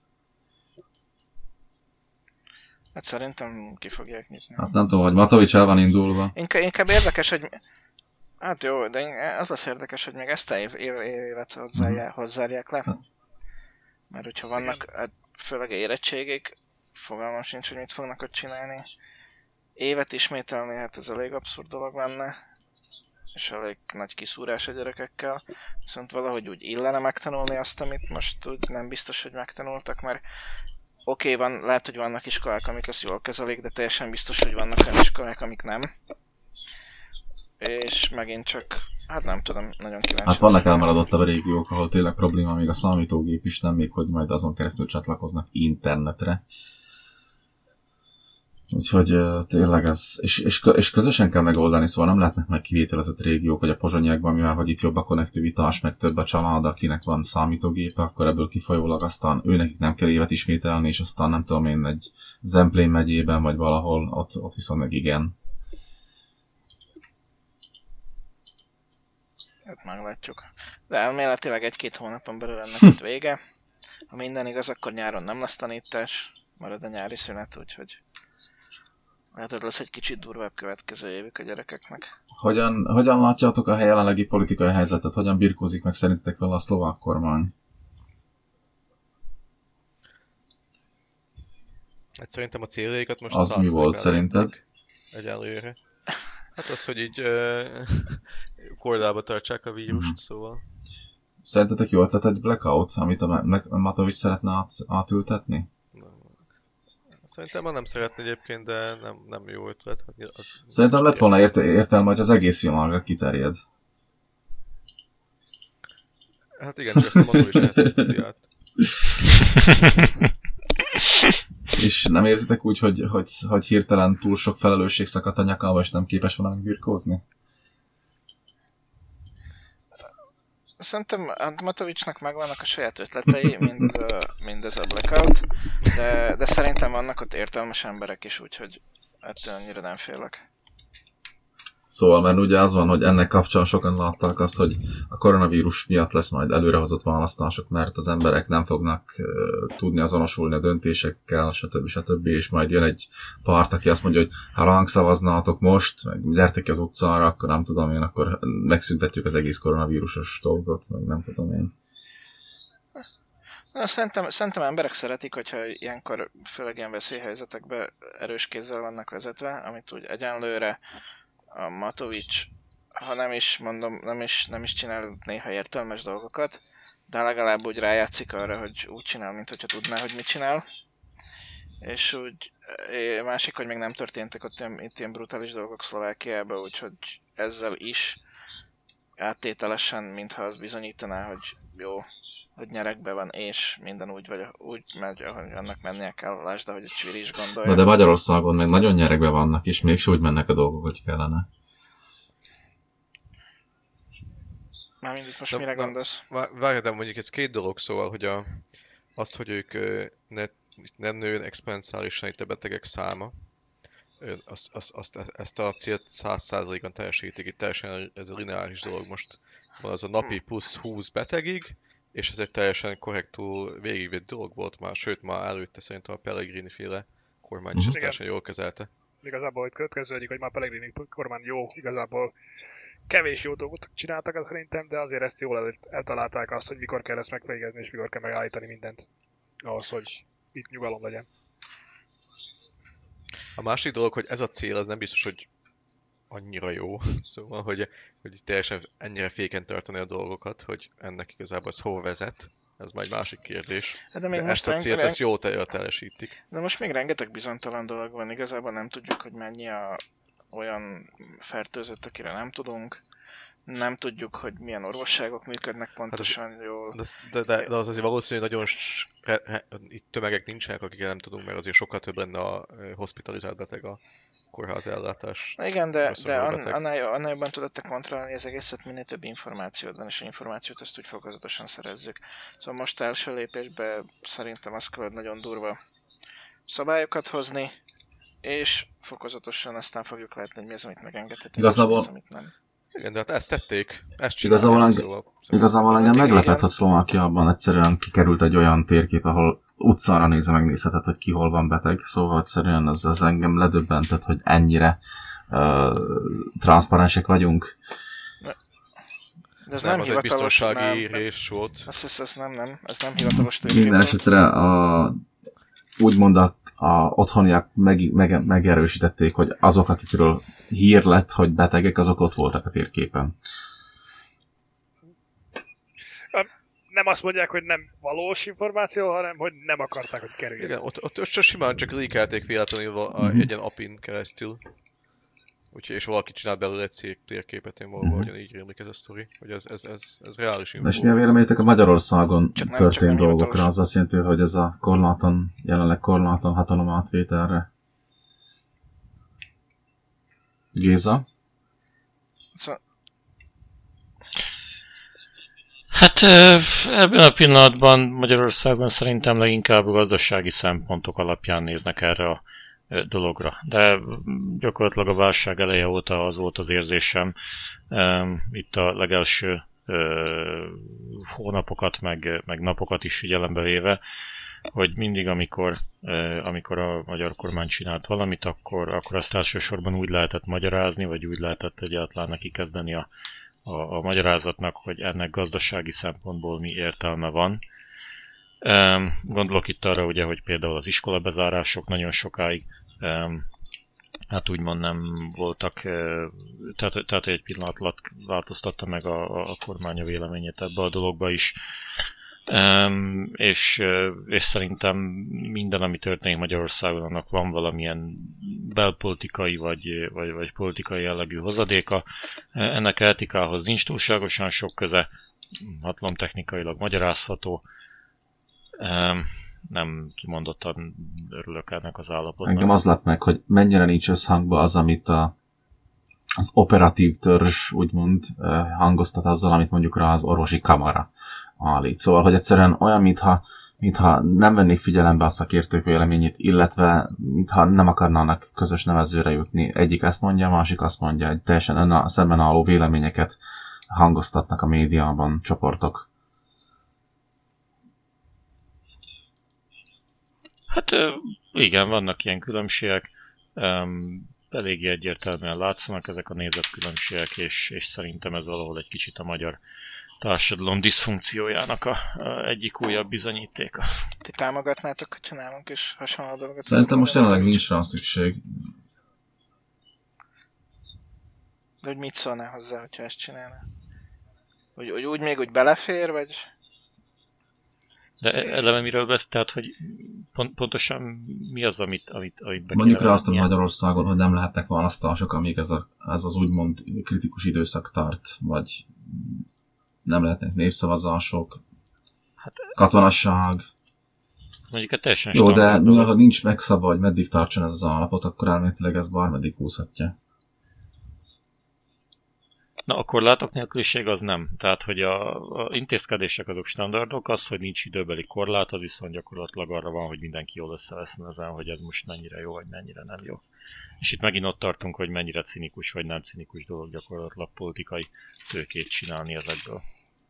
S3: Hát szerintem ki fogják nyitni.
S1: Hát nem tudom, hogy Matovics el van indulva.
S3: Inkább, inkább érdekes, hogy... Hát jó, de az lesz érdekes, hogy még ezt a év, év, évet hozzárják, hozzárják le. Mert hogyha vannak, hát főleg érettségig, fogalmam sincs, hogy mit fognak ott csinálni. Évet ismételni, hát ez elég abszurd dolog lenne. És elég nagy kiszúrás a gyerekekkel. Viszont valahogy úgy illene megtanulni azt, amit most úgy nem biztos, hogy megtanultak, mert oké, okay, van, lehet, hogy vannak iskolák, amik ezt jól kezelik, de teljesen biztos, hogy vannak olyan iskolák, amik nem. És megint csak, hát nem tudom, nagyon kíváncsi.
S1: Hát vannak elmaradottabb régiók, ahol tényleg probléma még a számítógép is, nem még, hogy majd azon keresztül csatlakoznak internetre. Úgyhogy uh, tényleg ez, és, és, és közösen kell megoldani, szóval nem lehetnek meg kivételezett régiók, vagy a pozsonyákban, mivel hogy itt jobb a konnektivitás, meg több a család, akinek van számítógépe, akkor ebből kifolyólag aztán őnekik nem kell évet ismételni, és aztán nem tudom én egy Zemplén megyében, vagy valahol, ott, ott viszont meg igen.
S3: Hát meglátjuk. De elméletileg egy-két hónapon belül ennek itt vége. Ha minden igaz, akkor nyáron nem lesz tanítás, marad a nyári szünet, úgyhogy lehet, hogy lesz egy kicsit durvább következő évük a gyerekeknek.
S1: Hogyan, hogyan látjátok a jelenlegi politikai helyzetet? Hogyan birkózik meg szerintetek vele a szlovák kormány?
S4: Hát szerintem a céljaikat most
S1: az mi volt szerinted?
S4: Egyelőre. Hát az, hogy így uh, kordába tartsák a vírust, mm-hmm. szóval.
S1: Szerintetek jó ötlet egy blackout, amit a Matovics szeretne át, átültetni?
S4: Szerintem már nem szeretni egyébként, de nem, nem jó ötlet. Az,
S1: Szerintem lett volna ért- értelme, hogy az egész világra kiterjed.
S4: Hát igen, csak ezt a maga is elszedteti át.
S1: És nem érzitek úgy, hogy, hogy, hogy hirtelen túl sok felelősség szakadt a nyakába, és nem képes valami birkózni?
S3: Szerintem Matovicsnak megvannak a saját ötletei, mindez a, mindez a Blackout, de, de szerintem vannak ott értelmes emberek is, úgyhogy ettől annyira nem félek.
S1: Szóval, mert ugye az van, hogy ennek kapcsán sokan látták azt, hogy a koronavírus miatt lesz majd előrehozott választások, mert az emberek nem fognak uh, tudni azonosulni a döntésekkel, stb. stb. És majd jön egy párt, aki azt mondja, hogy ha ránk szavaznátok most, meg gyertek ki az utcára, akkor nem tudom én, akkor megszüntetjük az egész koronavírusos dolgot, meg nem tudom én.
S3: Na, szerintem, szerintem emberek szeretik, hogyha ilyenkor, főleg ilyen veszélyhelyzetekben erős kézzel vannak vezetve, amit úgy egyenlőre a Matovics, ha nem is mondom, nem is, nem is csinál néha értelmes dolgokat, de legalább úgy rájátszik arra, hogy úgy csinál, mint hogyha tudná, hogy mit csinál. És úgy, másik, hogy még nem történtek ott ilyen, itt ilyen brutális dolgok Szlovákiában, úgyhogy ezzel is áttételesen, mintha az bizonyítaná, hogy jó, hogy nyerekben van, és minden úgy, vagy, úgy megy, ahogy annak mennie kell, lásd, ahogy a Csviri is gondolja.
S1: Na de Magyarországon meg nagyon nyerekben vannak, és mégse úgy mennek a dolgok, hogy kellene.
S3: Már mindig most
S4: de,
S3: mire gondolsz?
S4: Várj, de mondjuk ez két dolog, szóval, hogy a, azt, hogy ők ne, ne nőjön exponenciálisan itt a betegek száma, azt, azt, azt, ezt a célt száz százalékon teljesítik, itt teljesen ez a lineáris dolog, most van az a napi plusz húsz betegig, és ez egy teljesen korrektúl végigvitt dolog volt már, sőt már előtte szerintem a Pellegrini féle kormány is ezt teljesen jól kezelte.
S2: Igazából, hogy következődik, hogy már Pellegrini kormány jó, igazából kevés jó dolgot csináltak az szerintem, de azért ezt jól el- eltalálták azt, hogy mikor kell ezt megfégezni, és mikor kell megállítani mindent. Ahhoz, hogy itt nyugalom legyen.
S4: A másik dolog, hogy ez a cél, az nem biztos, hogy annyira jó. Szóval, hogy, hogy teljesen ennyire féken tartani a dolgokat, hogy ennek igazából ez hova vezet. Ez majd másik kérdés.
S3: De, még
S4: de
S3: most
S4: ezt a célt,
S3: reng-
S4: ezt jól teljesítik.
S3: De most még rengeteg bizonytalan dolog van, igazából nem tudjuk, hogy mennyi a olyan fertőzött, akire nem tudunk. Nem tudjuk, hogy milyen orvosságok működnek pontosan hát az, jól.
S4: De, de, de, de az azért valószínű, hogy nagyon s, re, re, itt tömegek nincsenek, akikkel nem tudunk, mert azért sokkal több lenne a hospitalizált beteg a kórházi ellátás.
S3: Na igen, de, de an, annál, annál jobban tudottak kontrollálni az egészet, minél több információt van, és az információt ezt úgy fokozatosan szerezzük. Szóval most első lépésben szerintem azt kell, hogy nagyon durva szabályokat hozni, és fokozatosan aztán fogjuk látni, hogy mi az, amit megengedhetünk,
S1: igazából...
S3: és mi az, amit nem.
S4: Igen, de hát ezt tették, ezt csinálják.
S1: Igazából, enge...
S4: szóval,
S1: igazából engem meglepett, hogy Szlovákiában egyszerűen kikerült egy olyan térkép, ahol utcára nézve megnézheted, hogy ki hol van beteg, szóval egyszerűen ez, ez engem ledöbbentett, hogy ennyire uh, transzparensek vagyunk.
S3: De ez
S4: nem,
S3: nem
S4: az
S3: hivatalos,
S4: egy biztonsági
S3: nem.
S4: rés volt.
S3: Ez, ez, ez nem, nem, ez nem hivatalos térkép.
S1: Minden esetre a, úgymond a, a otthoniak meg, meg, megerősítették, hogy azok, akikről hír lett, hogy betegek, azok ott voltak a térképen.
S2: Nem azt mondják, hogy nem valós információ, hanem hogy nem akarták, hogy kerüljön.
S4: Igen, ott, ott csak simán csak leakelték véletlenül a, mm-hmm. egy ilyen apin keresztül. Úgyhogy, és valaki csinált belőle egy szép térképet, én valahol mm-hmm. így rémlik ez a sztori, hogy ez, ez, ez, ez reális info.
S1: És mi a véleményetek a Magyarországon csak történt nem, dolgokra? Az azt jelenti, hogy ez a korláton, jelenleg korláton hatalom átvételre. Géza?
S3: Szóval...
S5: Hát ebben a pillanatban Magyarországon szerintem leginkább a gazdasági szempontok alapján néznek erre a dologra. De gyakorlatilag a válság eleje óta az volt az érzésem, itt a legelső hónapokat, meg, meg napokat is figyelembe véve, hogy mindig, amikor, amikor a magyar kormány csinált valamit, akkor, akkor azt elsősorban úgy lehetett magyarázni, vagy úgy lehetett egyáltalán neki kezdeni a, a, a magyarázatnak, hogy ennek gazdasági szempontból mi értelme van. Gondolok itt arra, ugye, hogy például az iskolabezárások nagyon sokáig hát úgymond nem voltak, tehát, tehát egy pillanat alatt változtatta meg a, a kormány a véleményét ebbe a dologba is. Um, és, és szerintem minden, ami történik Magyarországon, annak van valamilyen belpolitikai vagy, vagy, vagy politikai jellegű hozadéka. Ennek etikához nincs túlságosan sok köze, hatalomtechnikailag magyarázható. Um, nem kimondottan örülök ennek az állapotnak.
S1: Engem az lett meg, hogy mennyire nincs összhangban az, amit a, az operatív törzs úgymond hangoztat azzal, amit mondjuk rá az orvosi kamara állít. Szóval, hogy egyszerűen olyan, mintha, mintha nem vennék figyelembe a szakértők véleményét, illetve mintha nem akarnának közös nevezőre jutni. Egyik ezt mondja, a másik azt mondja, hogy teljesen a szemben álló véleményeket hangoztatnak a médiában csoportok.
S5: Hát igen, vannak ilyen különbségek, um, eléggé egyértelműen látszanak ezek a nézetkülönbségek, és, és szerintem ez valahol egy kicsit a magyar társadalom diszfunkciójának a, a egyik újabb bizonyítéka.
S3: Ti támogatnátok, hogy csinálunk is hasonló dolgokat?
S1: Szerintem most jelenleg nincs rá szükség.
S3: De hogy mit szólnál hozzá, hogyha ezt csinálna? Hogy, hogy úgy még úgy belefér, vagy...
S5: De eleve miről beszél, tehát, hogy pont, pontosan mi az, amit, amit, amit be
S1: mondjuk rá azt, hogy Magyarországon, hogy nem lehetnek választások, amíg ez, a, ez az úgymond kritikus időszak tart, vagy nem lehetnek népszavazások, hát, katonasság.
S5: Mondjuk egy teljesen
S1: jó, de mi, ha nincs megszabva, hogy meddig tartson ez az állapot, akkor elméletileg ez bármeddig húzhatja.
S5: Na, a korlátok nélküliség az nem. Tehát, hogy a, a intézkedések azok standardok, az, hogy nincs időbeli korlát, az viszont gyakorlatilag arra van, hogy mindenki jól összeveszne ezen, hogy ez most mennyire jó, vagy mennyire nem jó. És itt megint ott tartunk, hogy mennyire cinikus, vagy nem cinikus dolog gyakorlatilag politikai tőkét csinálni ezekből.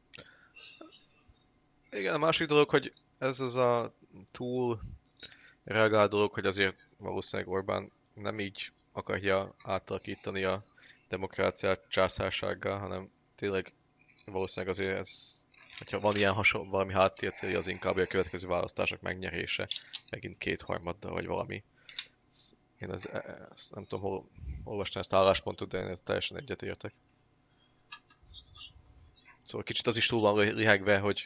S4: Igen, a másik dolog, hogy ez az a túl reagált dolog, hogy azért valószínűleg Orbán nem így akarja átalakítani a demokráciát császársággá, hanem tényleg valószínűleg azért ez, hogyha van ilyen hasonló, valami háttércélja, az inkább a következő választások megnyerése, megint kétharmaddal, vagy valami. Én ez, ez, nem tudom, hol olvastam ezt álláspontot, de én ezt teljesen egyetértek. Szóval kicsit az is túl van lihegve, hogy,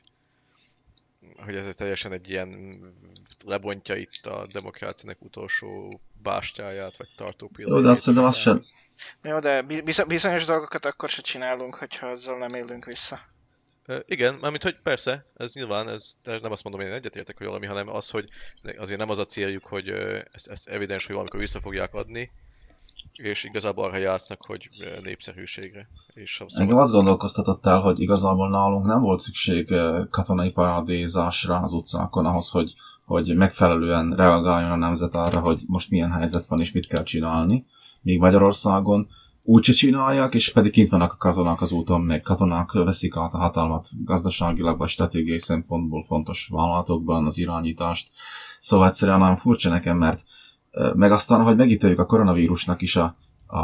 S4: hogy ez teljesen egy ilyen lebontja itt a demokráciának utolsó bástyáját, vagy tartó pillanatát.
S1: Jó, de azt szerintem az sem.
S3: Jó, de bizonyos dolgokat akkor se csinálunk, hogyha azzal nem élünk vissza.
S4: Uh, igen, mármint hogy persze, ez nyilván, ez, nem azt mondom, hogy én egyetértek, hogy valami, hanem az, hogy azért nem az a céljuk, hogy uh, ezt, ezt evidens, hogy valamikor vissza fogják adni, és igazából arra játsznak, hogy uh, népszerűségre. És
S1: engem azt gondolkoztatott el, hogy igazából nálunk nem volt szükség uh, katonai parádézásra az utcákon ahhoz, hogy, hogy megfelelően reagáljon a nemzet arra, hogy most milyen helyzet van és mit kell csinálni. Míg Magyarországon úgyse csinálják, és pedig kint vannak a katonák az úton, meg katonák veszik át a hatalmat gazdaságilag vagy stratégiai szempontból fontos vállalatokban, az irányítást. Szóval egyszerűen nagyon furcsa nekem, mert meg aztán, hogy megítéljük a koronavírusnak is a, a,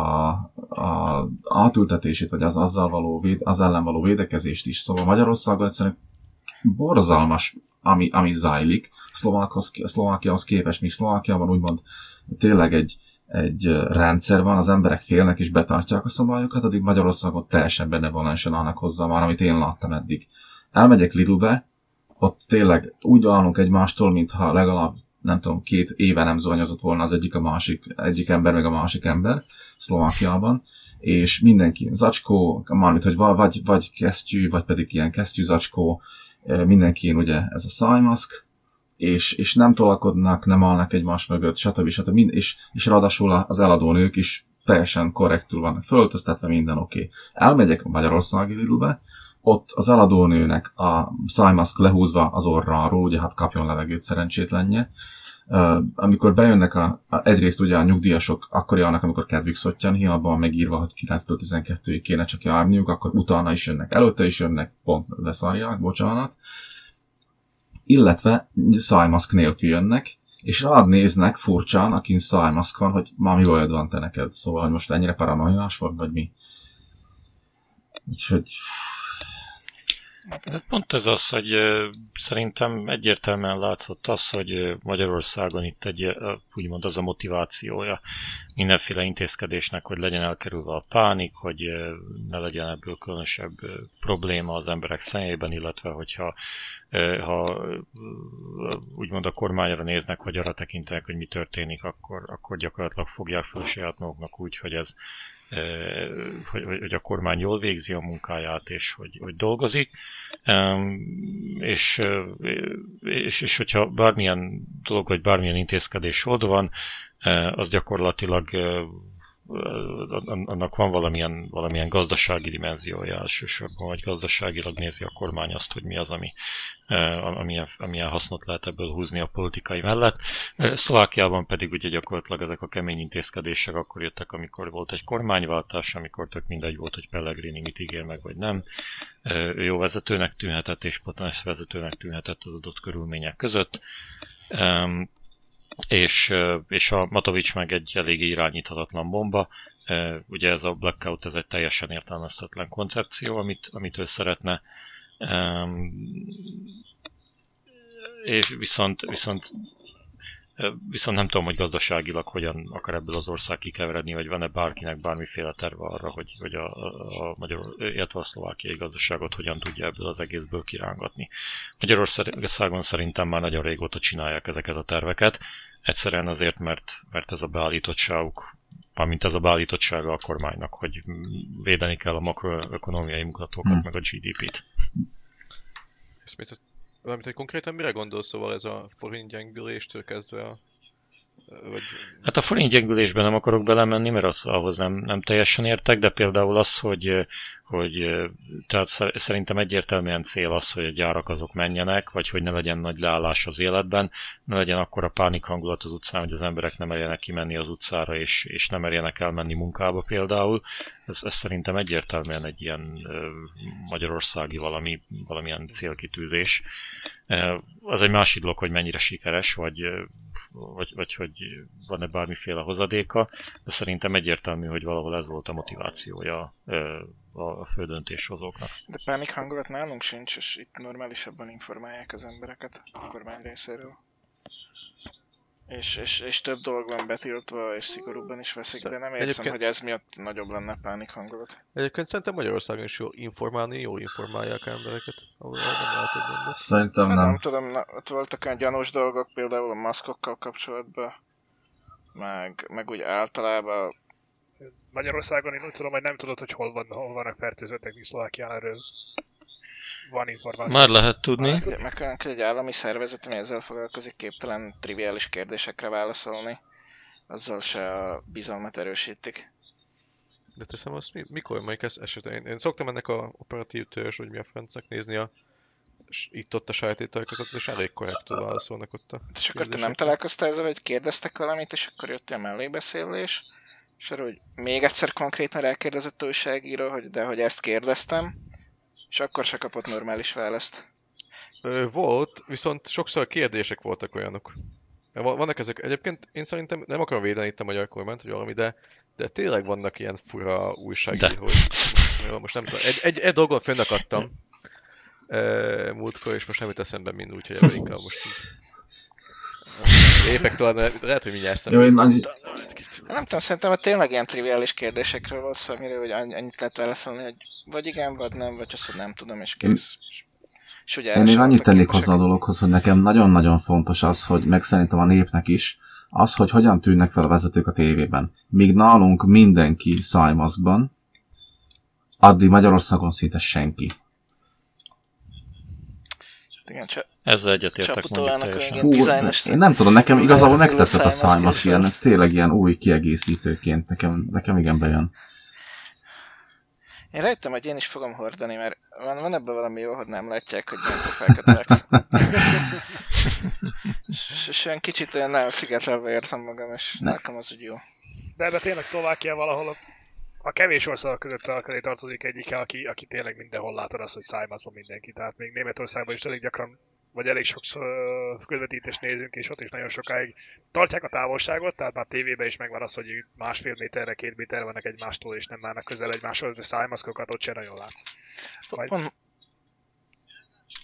S1: a átültetését, vagy az, azzal való véd, az ellen való védekezést is. Szóval Magyarországon egyszerűen borzalmas, ami, ami zajlik. Szlovákiához képest, míg Szlovákiában úgymond tényleg egy egy rendszer van, az emberek félnek és betartják a szabályokat, addig Magyarországon teljesen benevolensen állnak hozzá már, amit én láttam eddig. Elmegyek Lidlbe, ott tényleg úgy állunk egymástól, mintha legalább, nem tudom, két éve nem zuhanyozott volna az egyik a másik, egyik ember meg a másik ember Szlovákiában, és mindenki zacskó, mármint, hogy vagy, vagy kesztyű, vagy pedig ilyen kesztyű zacskó, mindenki ugye ez a szájmaszk, És, és nem tolakodnak, nem állnak egymás mögött, stb. stb. És, és ráadásul az eladó nők is teljesen korrektül vannak fölöltöztetve, minden oké. Okay. Elmegyek a Magyarországi Lidlbe, ott az eladónőnek a szájmaszk lehúzva az orráról, ugye hát kapjon levegőt szerencsétlenje. Uh, amikor bejönnek a, a, egyrészt ugye a nyugdíjasok, akkor járnak, amikor kedvük szottyan, hiába megírva, hogy kilenctől tizenkettőig kéne csak járniuk, akkor utána is jönnek, előtte is jönnek, pont leszárják, bocsánat. Illetve szájmaszk nélkül jönnek, és rád néznek furcsán, akin szájmaszk van, hogy már mi bajod van te neked. Szóval, hogy most ennyire paranoiás vagy, vagy mi. Úgyhogy...
S5: Pont ez az, hogy uh, szerintem egyértelműen látszott az, hogy uh, Magyarországon itt egy, uh, úgymond az a motivációja mindenféle intézkedésnek, hogy legyen elkerülve a pánik, hogy uh, ne legyen ebből különösebb uh, probléma az emberek szemében, illetve hogyha uh, ha uh, úgymond a kormányra néznek, vagy arra tekintenek, hogy mi történik, akkor, akkor gyakorlatilag fogják fel saját maguknak úgy, hogy ez Hogy, hogy a kormány jól végzi a munkáját, és hogy, hogy dolgozik, és, és, és hogyha bármilyen dolog, vagy bármilyen intézkedés oda van, az gyakorlatilag annak van valamilyen, valamilyen gazdasági dimenziója elsősorban, vagy gazdaságilag nézi a kormány azt, hogy mi az, ami, amilyen, amilyen hasznot lehet ebből húzni a politikai mellett. Szlovákiában pedig ugye gyakorlatilag ezek a kemény intézkedések akkor jöttek, amikor volt egy kormányváltás, amikor tök mindegy volt, hogy Pellegrini mit ígér meg, vagy nem. Ő jó vezetőnek tűnhetett, és potenciális vezetőnek tűnhetett az adott körülmények között. És, és a Matovics meg egy eléggé irányíthatatlan bomba. Ugye ez a blackout, ez egy teljesen értelmezhetetlen koncepció, amit, amit ő szeretne. És viszont, viszont, viszont nem tudom, hogy gazdaságilag hogyan akar ebből az ország kikeveredni, vagy van-e bárkinek bármiféle terve arra, hogy, hogy a, a magyar, illetve a szlovákiai gazdaságot hogyan tudja ebből az egészből kirángatni. Magyarországon szerintem már nagyon régóta csinálják ezeket a terveket, egyszerűen azért, mert, mert ez a beállítottságuk, mármint ez a beállítottsága a kormánynak, hogy védeni kell a makroökonomiai mutatókat, hmm. meg a gé dé pét.
S4: Valamint, hogy konkrétan mire gondolsz, szóval ez a forint gyengüléstől kezdve a... Vagy...
S5: Hát a forint gyengülésben nem akarok belemenni, mert az, ahhoz nem, nem teljesen értek, de például az, hogy, hogy tehát szerintem egyértelműen cél az, hogy a gyárak azok menjenek, vagy hogy ne legyen nagy leállás az életben, ne legyen akkora pánik hangulat az utcán, hogy az emberek nem merjenek kimenni az utcára, és, és nem merjenek elmenni munkába például. Ez, ez szerintem egyértelműen egy ilyen magyarországi valami, valamilyen célkitűzés. Az egy másik dolog, hogy mennyire sikeres, vagy Vagy, vagy hogy van-e bármiféle hozadéka, de szerintem egyértelmű, hogy valahol ez volt a motivációja a fődöntéshozóknak.
S3: De pánik hangulat nálunk sincs, és itt normálisabban informálják az embereket a kormány részéről. És, és, és több dolog van betiltva, és szigorúbban is veszik, de nem érzem, egyébként... hogy ez miatt nagyobb lenne pánik hangulat.
S4: Egyébként szerintem Magyarországon is jól informálni, jól informálják embereket. Ahol nem lehet,
S1: szerintem
S3: hát
S1: nem.
S3: Nem tudom, na, ott voltak olyan gyanús dolgok, például a maszkokkal kapcsolatban, meg, meg úgy általában.
S2: Magyarországon én úgy tudom, hogy nem tudod, hogy hol, van, hol vannak fertőzöttek, mi Szlovákián erről van információ.
S5: Már lehet tudni.
S3: Meg, meg olyan egy állami szervezet, ami ezzel foglalkozik, képtelen triviális kérdésekre válaszolni. Azzal se a bizalmat erősítik.
S4: De teszem azt, mi, mikor melyik ez esetén? Én, én szoktam ennek a operatív törzs, vagy mi a francnak nézni a itt-ott a sajtétel között, és elég korrektül válaszolnak ott a
S3: és akkor te nem találkoztál ezzel, hogy kérdeztek valamit, és akkor jött a mellébeszélés, és arra, hogy még egyszer konkrétan rákérdezett a újságíró, hogy de hogy ezt kérdeztem, és akkor se kapott normális választ.
S4: Ö, volt, viszont sokszor kérdések voltak olyanok. Vannak ezek, egyébként én szerintem nem akarom védeni itt a magyar kormányt, vagy valami, de, de tényleg vannak ilyen fura újságírók. Most nem tudom, egy, egy, egy dolgon fönnakadtam e, múltkor, és most nem jut eszembe mind, úgyhogy ebben inkább most így lépek talán, lehet, hogy mindjárt szemben. Jó, én annyi...
S3: Nem tudom, szerintem hogy tényleg ilyen triviális kérdésekről volt szó, amire hogy annyit lehet válaszolni, hogy vagy igen, vagy nem, vagy azt, hogy nem tudom, és kész. És ugye
S1: én még annyit tennék hozzá a dologhoz, hogy nekem nagyon-nagyon fontos az, hogy meg szerintem a népnek is, az, hogy hogyan tűnnek fel a vezetők a tévében. Míg nálunk mindenki szájmaszkban, addig Magyarországon szinte senki.
S3: Igen, csak
S5: ezzel egyetértek mondjuk teljesen.
S1: Fú, én nem tudom, nekem igazából megtetszett a szájmaszk ilyen, tényleg ilyen új kiegészítőként, nekem, nekem igen bejön.
S3: Én rájöttem, hogy én is fogom hordani, mert van, van ebben valami jó, hogy nem látják, hogy milyen pofákat vágsz. és, és olyan kicsit olyan nagyon szigetelve érzem magam, és nekem az úgy jó.
S2: De ebben tényleg Szlovákia valahol a, a kevés ország között alkalé tartozik egyik, aki, aki tényleg mindenhol látod azt, hogy szájmaszkban mindenki. Tehát még Németországban is elég gyakran, vagy elég sok közvetítést nézünk, és ott is nagyon sokáig tartják a távolságot, tehát már tévében is megvan az, hogy másfél méterre, két méterre vannak egymástól, és nem állnak közel egymáshoz, de szájmaszkokat ott sem nagyon látsz. Majd...
S3: Pont,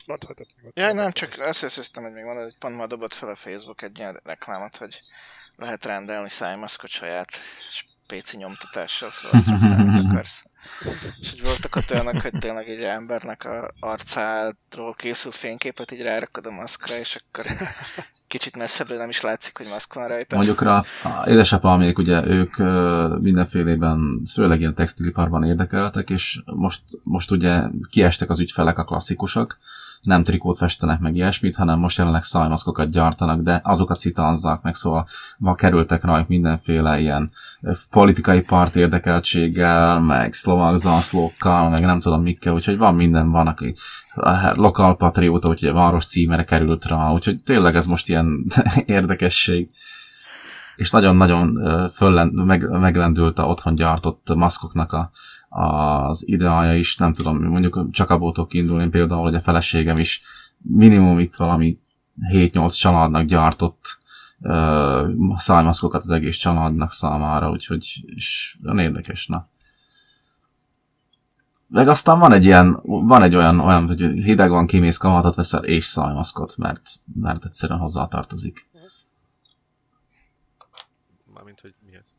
S2: Mondhatod.
S3: Jaj, nem, csak azt hiszem, hogy még mondod, hogy pont ma dobott fel a Facebook egy ilyen reklámot, hogy lehet rendelni szájmaszkot saját péci nyomtatással, szóval azt rúgsz, amit akarsz. És hogy voltak ott olyanok, hogy tényleg egy embernek a arcáról készült fényképet így rárakod a maszkra, és akkor kicsit messzebbre nem is látszik, hogy maszk van rajta.
S1: Mondjuk rá, édesapámék, ugye ők mindenfélében, főleg ilyen textiliparban érdekeltek, és most, most ugye kiestek az ügyfelek, a klasszikusok, nem trikót festenek meg ilyesmit, hanem most jelenleg szájmaszkokat gyártanak, de azokat citanzzák meg, szóval ma kerültek rajtuk mindenféle ilyen politikai párt érdekeltséggel, meg szlovák zászlókkal, meg nem tudom mikkel, úgyhogy van minden, van, aki lokal patrióta, úgyhogy a város címere került rá, úgyhogy tényleg ez most ilyen érdekesség. És nagyon-nagyon föllend, meg, meglendült a otthon gyártott maszkoknak a, az ideája is, nem tudom, mondjuk csak abból tudok kiindulni, például, hogy a feleségem is minimum itt valami hét-nyolc családnak gyártott uh, szájmaszkokat az egész családnak számára, úgyhogy és olyan érdekes, na. Meg aztán van egy ilyen, van egy olyan, olyan hogy hideg van, kimész, kabátot veszel és szájmaszkot, mert, mert egyszerűen hozzátartozik.
S4: Mármint, hogy mi ez?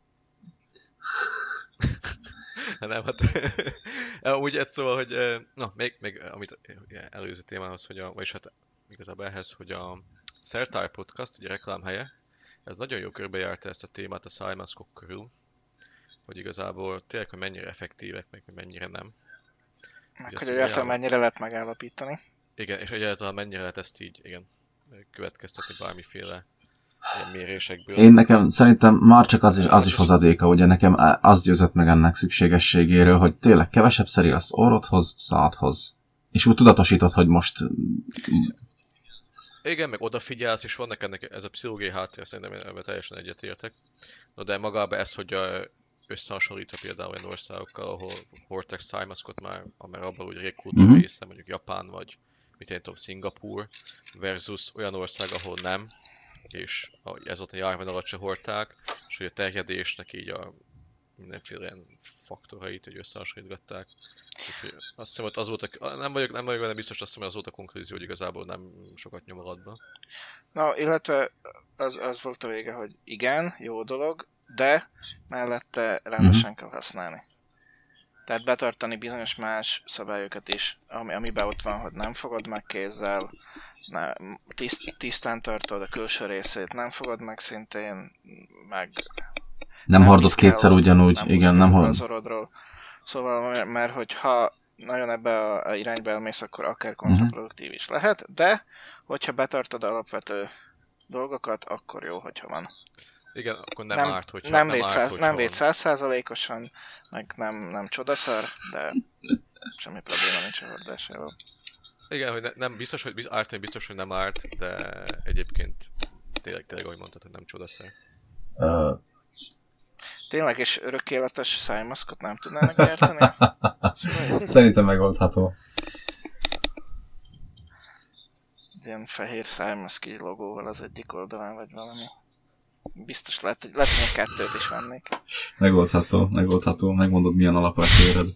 S4: Nem, hát úgy egy szóval, hogy na, még, még amit előző témához, hogy a, vagyis hát igazából ehhez, hogy a Szertár Podcast, ugye reklámhelye, ez nagyon jó körbejárta ezt a témát a szájmaszkok körül, hogy igazából tényleg, hogy mennyire effektívek, meg hogy mennyire nem.
S3: Meg hogy egyáltalán mennyire lehet megállapítani.
S4: Igen, és egyáltalán mennyire lehet ezt így, igen, következtetni bármiféle ilyen mérésekből.
S1: Én nekem szerintem már csak az is, az is hozadéka, ugye nekem az győzött meg ennek szükségességéről, hogy tényleg kevesebb szeri az orrodhoz, szádhoz. És úgy tudatosítod, hogy most...
S4: Igen, meg odafigyelsz, és vannak ennek, ez a pszichológiai háttér, szerintem ebben teljesen egyetértek. No, de magában ez, hogy összehasonlítva például olyan országokkal, ahol hordtak szájmaszkot már, amely abban úgy régóta uh-huh. része, mondjuk Japán, vagy mit én tudom, Szingapúr, versus olyan ország, ahol nem, és ez ott a járvány alatt se hordták, és hogy a terjedésnek így a mindenféle ilyen faktorait, hogy összehasonlítgatták. Úgyhogy azt hiszem, hogy az volt a, nem vagyok, nem vagyok benne biztos, azt hiszem, hogy az volt a konklúzió, hogy igazából nem sokat nyom alatba.
S3: Na, illetve az, az volt a vége, hogy igen, jó dolog, de mellette rendesen mm-hmm. kell használni. Tehát betartani bizonyos más szabályokat is, ami, amiben ott van, hogy nem fogod meg kézzel, ne, tiszt, tisztán tartod a külső részét, nem fogod meg szintén, meg...
S1: Nem, nem hordod kétszer ugyanúgy,
S3: nem
S1: igen, nem hordod.
S3: Az orrodról. Szóval, mert hogyha nagyon ebbe a irányba elmész, akkor akár kontraproduktív is lehet, de hogyha betartod alapvető dolgokat, akkor jó, hogyha van.
S4: Igen, akkor nem,
S3: nem
S4: árt, hogyha
S3: nem,
S4: nem árt,
S3: száz,
S4: hogyha
S3: nem véd száz százalékosan, meg nem, nem csodaszar, de semmi probléma nincs a hordásával.
S4: Igen, hogy ne, nem biztos, hogy ártani biztos, hogy nem árt, de egyébként tényleg, tényleg ahogy mondtad, hogy nem csodaszar.
S1: Uh.
S3: Tényleg, és örökéletes szájmaszkot nem tudnának gyártani?
S1: Szerintem megoldható.
S3: Ilyen fehér szájmaszki logóval az egyik oldalán, vagy valami. Biztos lehet, hogy lehet, hogy kettőt is vennék.
S1: Megoldható, megoldható. Megmondod, milyen alapot kéred.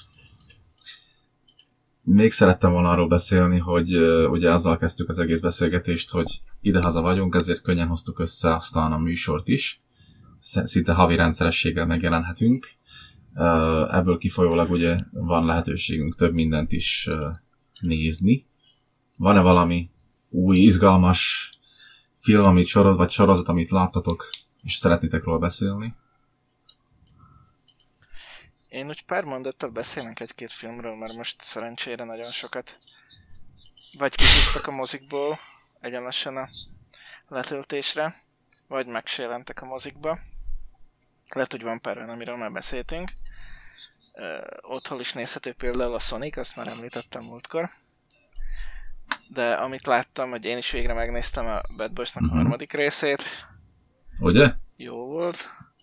S1: Még szerettem volna arról beszélni, hogy uh, ugye azzal kezdtük az egész beszélgetést, hogy idehaza vagyunk, ezért könnyen hoztuk össze aztán a műsort is. Szinte havi rendszerességgel megjelenhetünk. Uh, ebből kifolyólag ugye van lehetőségünk több mindent is uh, nézni. Van-e valami új, izgalmas film, amit sorod, vagy sorozat, amit láttatok, és szeretnétek róla beszélni?
S3: Én úgy pár mondattal beszélnek egy-két filmről, mert most szerencsére nagyon sokat vagy kihúztak a mozikból egyenlesen a letöltésre, vagy meg se jelentek a mozikba. Lehet, hogy van pár olyan, amiről már beszéltünk. Ö, otthon is nézhető például a Sonic, azt már említettem múltkor. De amit láttam, hogy én is végre megnéztem a Bad Boys-nak uh-huh. a harmadik részét.
S1: Ugye?
S3: Jó volt.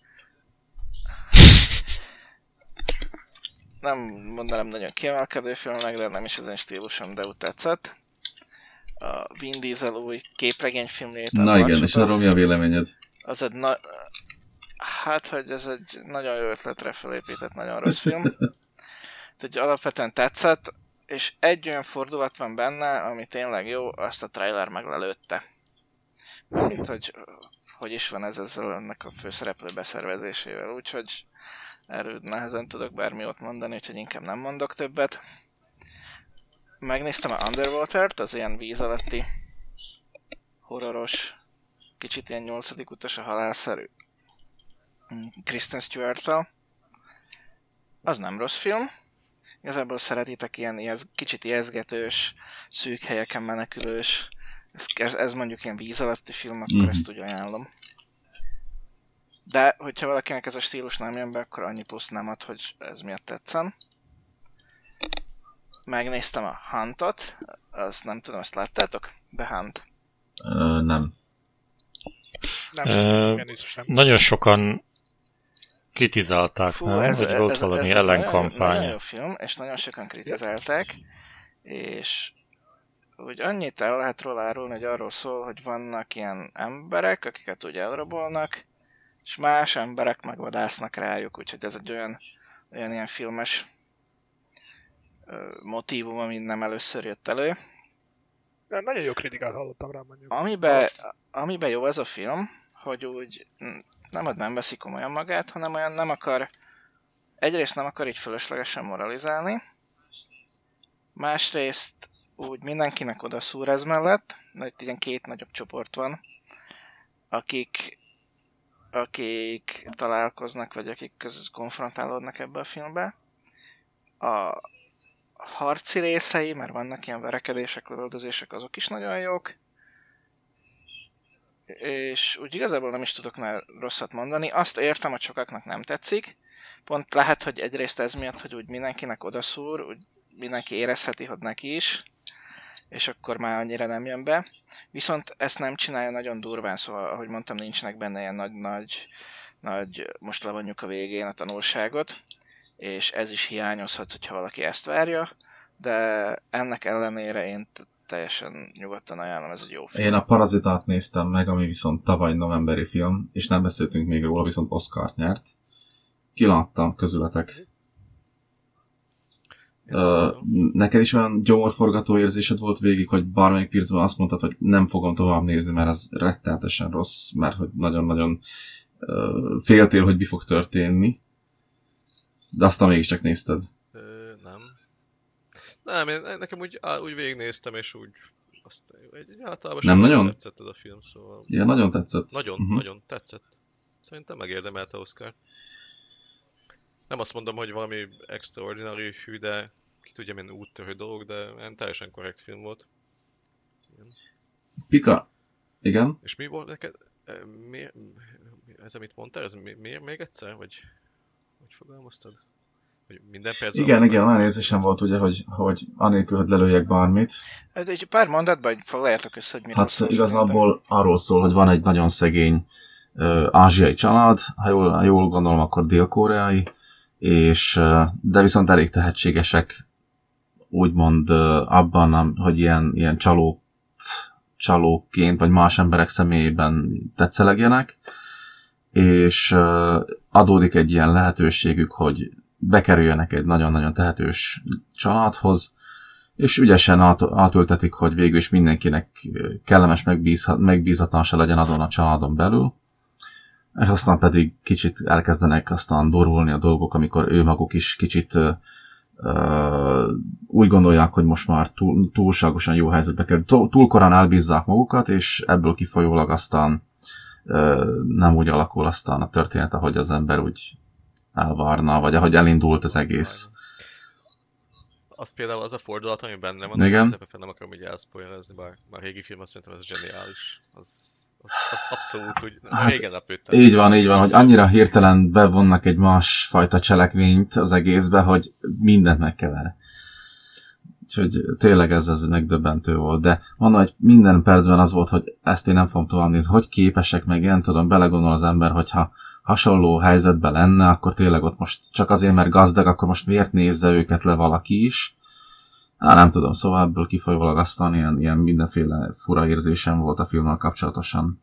S3: Nem mondanám nagyon kiemelkedő filmnek, de nem is az én stílusom, de úgy tetszett. A Vin Diesel új képregényfilmjét.
S1: Na igen, és arról mi a véleményed?
S3: Az egy na... Hát, hogy ez egy nagyon jó ötletre felépített, nagyon rossz film. Úgyhogy alapvetően tetszett. és egy olyan fordulat van benne, ami tényleg jó, azt a trailer meglelőtte. Mint hogy, hogy is van ez ezzel ennek a főszereplő beszervezésével, úgyhogy erről nehezen tudok bármiót mondani, úgyhogy inkább nem mondok többet. Megnéztem a Underwater-t, az ilyen víz alatti horroros, kicsit ilyen nyolcadik utas a halálszerű Kristen Stewart-tal. Az nem rossz film. Igazából szeretitek ilyen ijesz, kicsit ijeszgetős, szűk helyeken menekülős, ez, ez, ez mondjuk ilyen víz alatti film, akkor mm. ezt úgy ajánlom. De, hogyha valakinek ez a stílus nem jön be, akkor annyi plusz nem ad, hogy ez miatt tetszen. Megnéztem a Huntot, azt nem tudom, azt láttátok? The Hunt.
S1: Uh, nem.
S2: Nem,
S5: uh, nagyon sokan kritizálták,
S3: Fú,
S5: nem?
S3: Ez,
S5: Hogy
S3: ez,
S5: volt
S3: ez,
S5: valami
S3: ez
S5: ellenkampány.
S3: nagyon jó film, és nagyon sokan kritizálták, és úgy annyit el lehet róla árulni, hogy arról szól, hogy vannak ilyen emberek, akiket úgy elrabolnak, és más emberek megvadásznak rájuk, úgyhogy ez egy olyan, olyan ilyen filmes motívum, ami nem először jött elő.
S2: De nagyon jó kritikát hallottam rá, mondjuk.
S3: Amiben, amiben jó ez a film, hogy úgy nem ad nem veszi komolyan magát, hanem olyan nem akar, egyrészt nem akar így fölöslegesen moralizálni, másrészt úgy mindenkinek odaszúr ez mellett, mert itt ilyen két nagyobb csoport van, akik, akik találkoznak, vagy akik között konfrontálódnak ebbe a filmbe. A harci részei, mert vannak ilyen verekedések, lövöldözések, azok is nagyon jók. És úgy igazából nem is tudok már rosszat mondani. Azt értem, hogy sokaknak nem tetszik. Pont lehet, hogy egyrészt ez miatt, hogy úgy mindenkinek odaszúr, úgy mindenki érezheti, hogy neki is, és akkor már annyira nem jön be. Viszont ezt nem csinálja nagyon durván, szóval, ahogy mondtam, nincsenek benne ilyen nagy-nagy, nagy, most levonjuk a végén a tanulságot, és ez is hiányozhat, hogyha valaki ezt várja, de ennek ellenére én t- teljesen nyugodtan ajánlom, ez egy jó film.
S1: Én a Parazitát néztem meg, ami viszont tavaly novemberi film, és nem beszéltünk még róla, viszont Oscart nyert. Kiláttam közületek. Uh, neked is olyan gyomorforgató érzésed volt végig, hogy bármelyik percben azt mondtad, hogy nem fogom tovább nézni, mert az rettenetesen rossz, mert hogy nagyon-nagyon uh, féltél, hogy mi fog történni. De aztán mégiscsak nézted.
S4: Ö, nem. Nem, én nekem úgy, úgy végignéztem, és úgy azt, egy, általában
S1: nem nagyon
S4: tetszett ez a film, szóval...
S1: Igen, nagyon tetszett.
S4: Nagyon, uh-huh. nagyon tetszett. Szerintem megérdemelte Oscart. Nem azt mondom, hogy valami extraordinary hű, de ki tudja, milyen úttörő dolog, de ilyen teljesen korrekt film volt. Igen.
S1: Pika. Igen?
S4: És mi volt neked? Mi, ez, amit mondtál, ez mi, miért még egyszer? Vagy hogy fogalmaztad? Hogy minden percben...
S1: Igen, igen, olyan érzésem volt ugye, hogy, hogy anélkül, hogy lelőjek bármit.
S3: Egy pár mondatban foglaljátok össze, hogy miről
S1: Hát
S3: szól,
S1: igazából
S3: szerintem.
S1: arról szól, hogy van egy nagyon szegény uh, ázsiai család, ha jól, ha jól gondolom, akkor dél-koreai, és, uh, de viszont elég tehetségesek, úgymond uh, abban, hogy ilyen, ilyen csalók, csalóként, vagy más emberek személyében tetszelegjenek, és uh, adódik egy ilyen lehetőségük, hogy bekerüljenek egy nagyon-nagyon tehetős családhoz, és ügyesen át, átültetik, hogy végül is mindenkinek kellemes megbízhat, megbízhatása legyen azon a családon belül, és aztán pedig kicsit elkezdenek aztán durvulni a dolgok, amikor ő maguk is kicsit uh, uh, úgy gondolják, hogy most már túl, túlságosan jó helyzetbe kerül. Túl korán elbízzák magukat, és ebből kifolyólag aztán uh, nem úgy alakul aztán a történet, ahogy az ember úgy elvárna, vagy ahogy elindult az egész.
S4: Az például az a fordulat, ami benne van,
S1: igen.
S4: Fel nem akarom így elszpoilerezni, bár, bár régi film, azt szerintem ez zseniális. Az, az, az abszolút úgy, hát, régen lepődtem.
S1: Így van, így van, hogy annyira hirtelen bevonnak egy másfajta cselekvényt az egészbe, hogy mindent megkever. Úgyhogy tényleg ez, ez megdöbbentő volt, de mondom, hogy minden percben az volt, hogy ezt én nem fogom tovább nézni, hogy képesek meg, én tudom, belegondol az ember, hogyha hasonló helyzetben lenne, akkor tényleg ott most csak azért, mert gazdag, akkor most miért nézze őket le valaki is? Á, nem tudom, szóval ebből kifolyólag aztán ilyen, ilyen mindenféle fura érzésem volt a filmmel kapcsolatosan.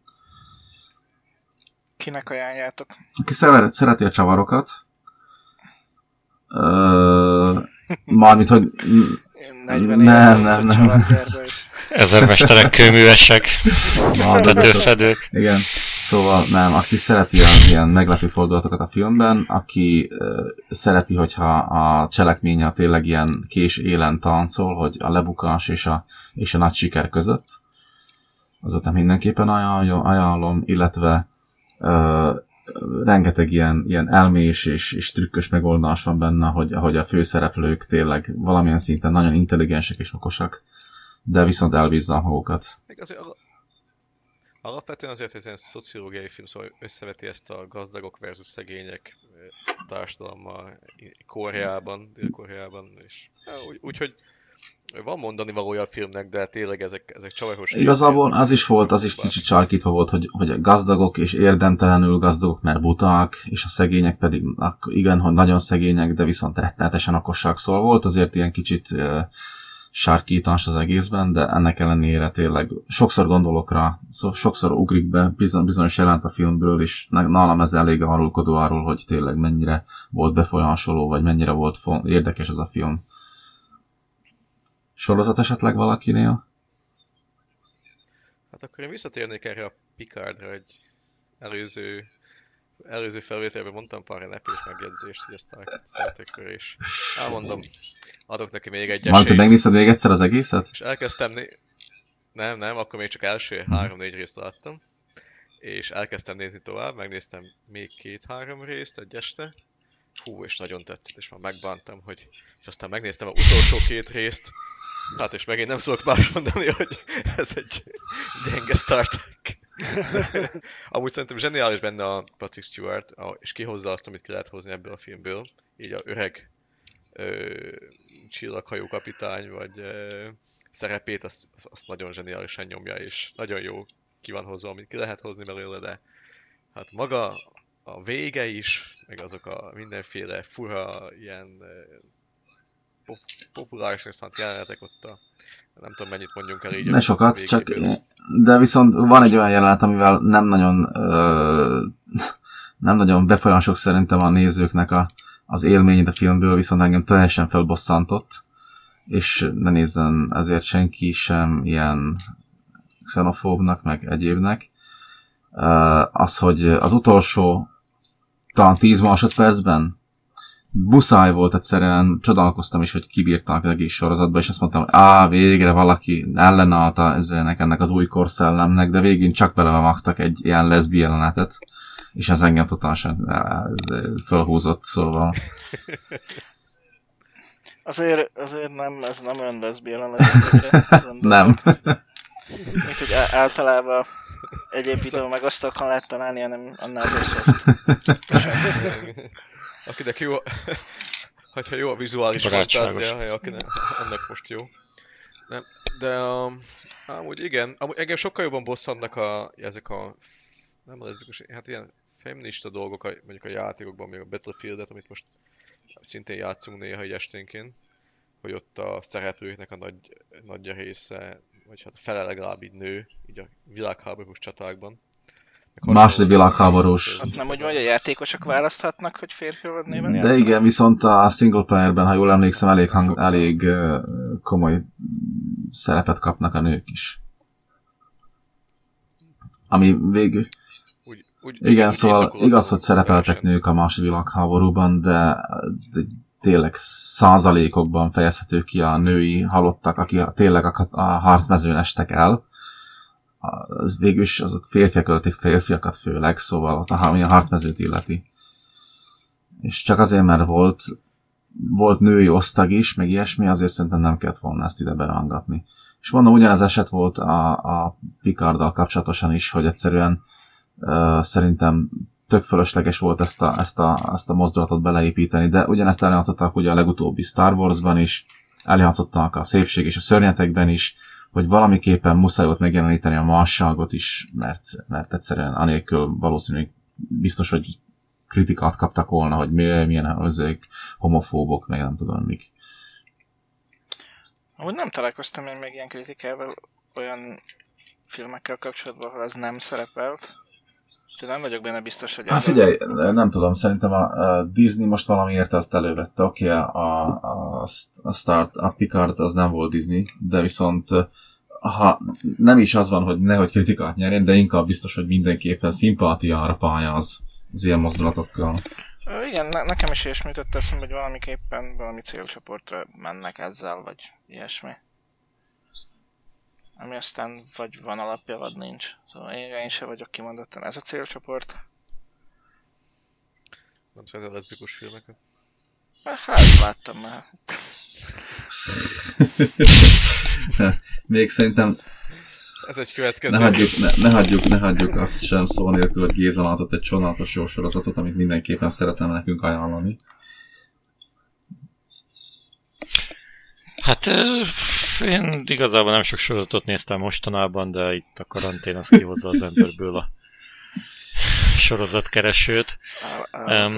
S3: Kinek ajánljátok?
S1: Aki szeret, szereti a csavarokat, uh, mármint, hogy
S3: negyven
S1: Nem,
S3: éve
S1: nem,
S3: a
S1: nem.
S3: Challengerbe is.
S5: Ezermesterek, kőművesek, altatőfedők.
S1: Igen, szóval nem, aki szereti ilyen, ilyen meglepő fordulatokat a filmben, aki uh, szereti, hogyha a cselekménye tényleg ilyen kés élen tancol, hogy a lebukás és a, és a nagy siker között, azot mindenképpen ajánlom, ajánlom illetve uh, rengeteg ilyen, ilyen elmés és, és trükkös megoldás van benne, hogy, hogy a főszereplők tényleg valamilyen szinten nagyon intelligensek és okosak, de viszont elbízza a magukat.
S4: Még azért al- alapvetően azért ez ilyen szociológiai film, szóval összeveti ezt a gazdagok versus szegények ö, társadalma Koreában, Dél-Koreában, és úgyhogy úgy, hogy van mondani valója a filmnek, de tényleg ezek, ezek csavaros.
S1: Igazából az is volt, az is kicsit sarkítva volt, hogy, hogy a gazdagok és érdemtelenül gazdagok, mert buták, és a szegények pedig igen, hogy nagyon szegények, de viszont rettenetesen okosak, szóval volt azért ilyen kicsit uh, sarkítás az egészben, de ennek ellenére tényleg sokszor gondolok rá, szó, sokszor ugrik be bizony, bizonyos jelent a filmből, és nálam ez elég arulkodó arról, hogy tényleg mennyire volt befolyásoló, vagy mennyire volt fo- érdekes ez a film. Sorozat esetleg valakinél?
S4: Hát akkor én visszatérnék erre a Picardra, egy előző, előző felvételben mondtam pár ilyen epés megjegyzést, hogy ezt szeretek és elmondom, adok neki még egy
S1: Majd, hogy
S4: esélyt.
S1: megnézed még egyszer az egészet?
S4: És elkezdtem, né- nem, nem, akkor még csak első három-négy részt láttam, és elkezdtem nézni tovább, megnéztem még két-három részt egy este, hú, és nagyon tetszett, és már megbántam, hogy... És aztán megnéztem az utolsó két részt, hát és megint nem tudok más mondani, hogy ez egy gyenge Star Trek. Amúgy szerintem zseniális benne a Patrick Stewart, és kihozza azt, amit ki lehet hozni ebből a filmből. Így a öreg ö, csillaghajó kapitány, vagy ö, szerepét, azt, azt nagyon zseniálisan nyomja, és nagyon jó ki van hozva, amit ki lehet hozni belőle, de hát maga a vége is, meg azok a mindenféle fura, ilyen pop- populárisnak szánt jelenetek ott a... Nem tudom, mennyit mondjunk el így.
S1: Ne sokat, csak... De viszont van egy olyan jelenet, amivel nem nagyon... Ö, nem nagyon befolyások szerintem a nézőknek a, az élményét a filmből, viszont engem teljesen felbosszantott, és ne nézzen ezért senki sem ilyen xenofóbnak, meg egyébnek. Az, hogy az utolsó talán tíz másodpercben buszáj volt egyszerűen, csodálkoztam is, hogy kibírták az egész sorozatba, és azt mondtam, hogy á, végre valaki ellenállta ezzelnek, ennek az új korszellemnek, de végén csak belevágtak egy ilyen leszbi jelenetet, és ez engem totálisan fölhúzott, szóval.
S3: Azért, azért nem, ez nem olyan leszbi jelenet.
S1: Nem.
S3: Mint hogy általában egyéb videó megosztókon lehet találni, hanem annál azért soft.
S4: Akinek jó, hogyha jó a vizuális fantázia, akinek annak most jó. Nem, de um, amúgy igen, amúgy engem sokkal jobban bosszantnak a, ezek a, nem a leszbikus, hát ilyen feminista dolgok, mondjuk a játékokban, még a Battlefieldet, amit most szintén játszunk néha egy esténként, hogy ott a szereplőknek a nagy, nagy része, vagy hát fele legalább így nő, így a világháborús csatákban.
S1: Második világháborús.
S3: Hát nem úgy, hogy a játékosok választhatnak, hogy férfi vagy nőben
S1: játszanak? De igen, viszont a single playerben, ha jól emlékszem, elég, hang, elég uh, komoly szerepet kapnak a nők is. Ami végül... Úgy, úgy, igen, úgy szóval igaz, hogy szerepeltek nők a második világháborúban, de, de tényleg százalékokban fejezhető ki a női halottak, akik tényleg a, a harcmezőn estek el. Az végül is azok férfiak ölték férfiakat főleg, szóval ott a, a harcmezőt illeti. És csak azért, mert volt, volt női osztag is, meg ilyesmi, azért szerintem nem kellett volna ezt ide berángatni. És mondom, ugyanez eset volt a, a Picarddal kapcsolatosan is, hogy egyszerűen uh, szerintem tök fölösleges volt ezt a, ezt, a, ezt a mozdulatot beleépíteni, de ugyanezt eljátszották ugye a legutóbbi Star Warsban is, eljátszották a Szépség és a Szörnyetekben is, hogy valamiképpen muszáj volt megjeleníteni a másságot is, mert, mert egyszerűen anélkül valószínűleg biztos, hogy kritikát kaptak volna, hogy milyen azok homofóbok, meg nem tudom mik.
S3: Amúgy nem találkoztam én még ilyen kritikával olyan filmekkel kapcsolatban, ahol ez nem szerepelt. De nem vagyok benne biztos, hogy...
S1: Hát figyelj, nem tudom, szerintem a, a Disney most valamiért ezt elővette. Oké, okay, a, a, a Start, a Picard az nem volt Disney, de viszont ha nem is az van, hogy nehogy kritikát nyerjen, de inkább biztos, hogy mindenképpen szimpátiára pályáz az ilyen mozdulatokkal.
S3: Igen, ne, nekem is ilyesmi jutott eszembe, hogy valamiképpen valami célcsoportra mennek ezzel, vagy ilyesmi. Ami aztán vagy van alapja, vagy nincs. Szóval én, én sem vagyok kimondottan ez a célcsoport.
S4: Nem szeretem leszbikus filmeket?
S3: Hát, láttam már.
S1: Még szerintem
S4: Ez egy következő.
S1: Ne hagyjuk, ne, ne hagyjuk, ne hagyjuk azt sem szó nélkül, hogy Géza látott egy csodálatos jó sorozatot, amit mindenképpen szeretném nekünk ajánlani.
S5: Hát én igazából nem sok sorozatot néztem mostanában, de itt a karantén az kihozza az emberből a sorozatkeresőt. Um,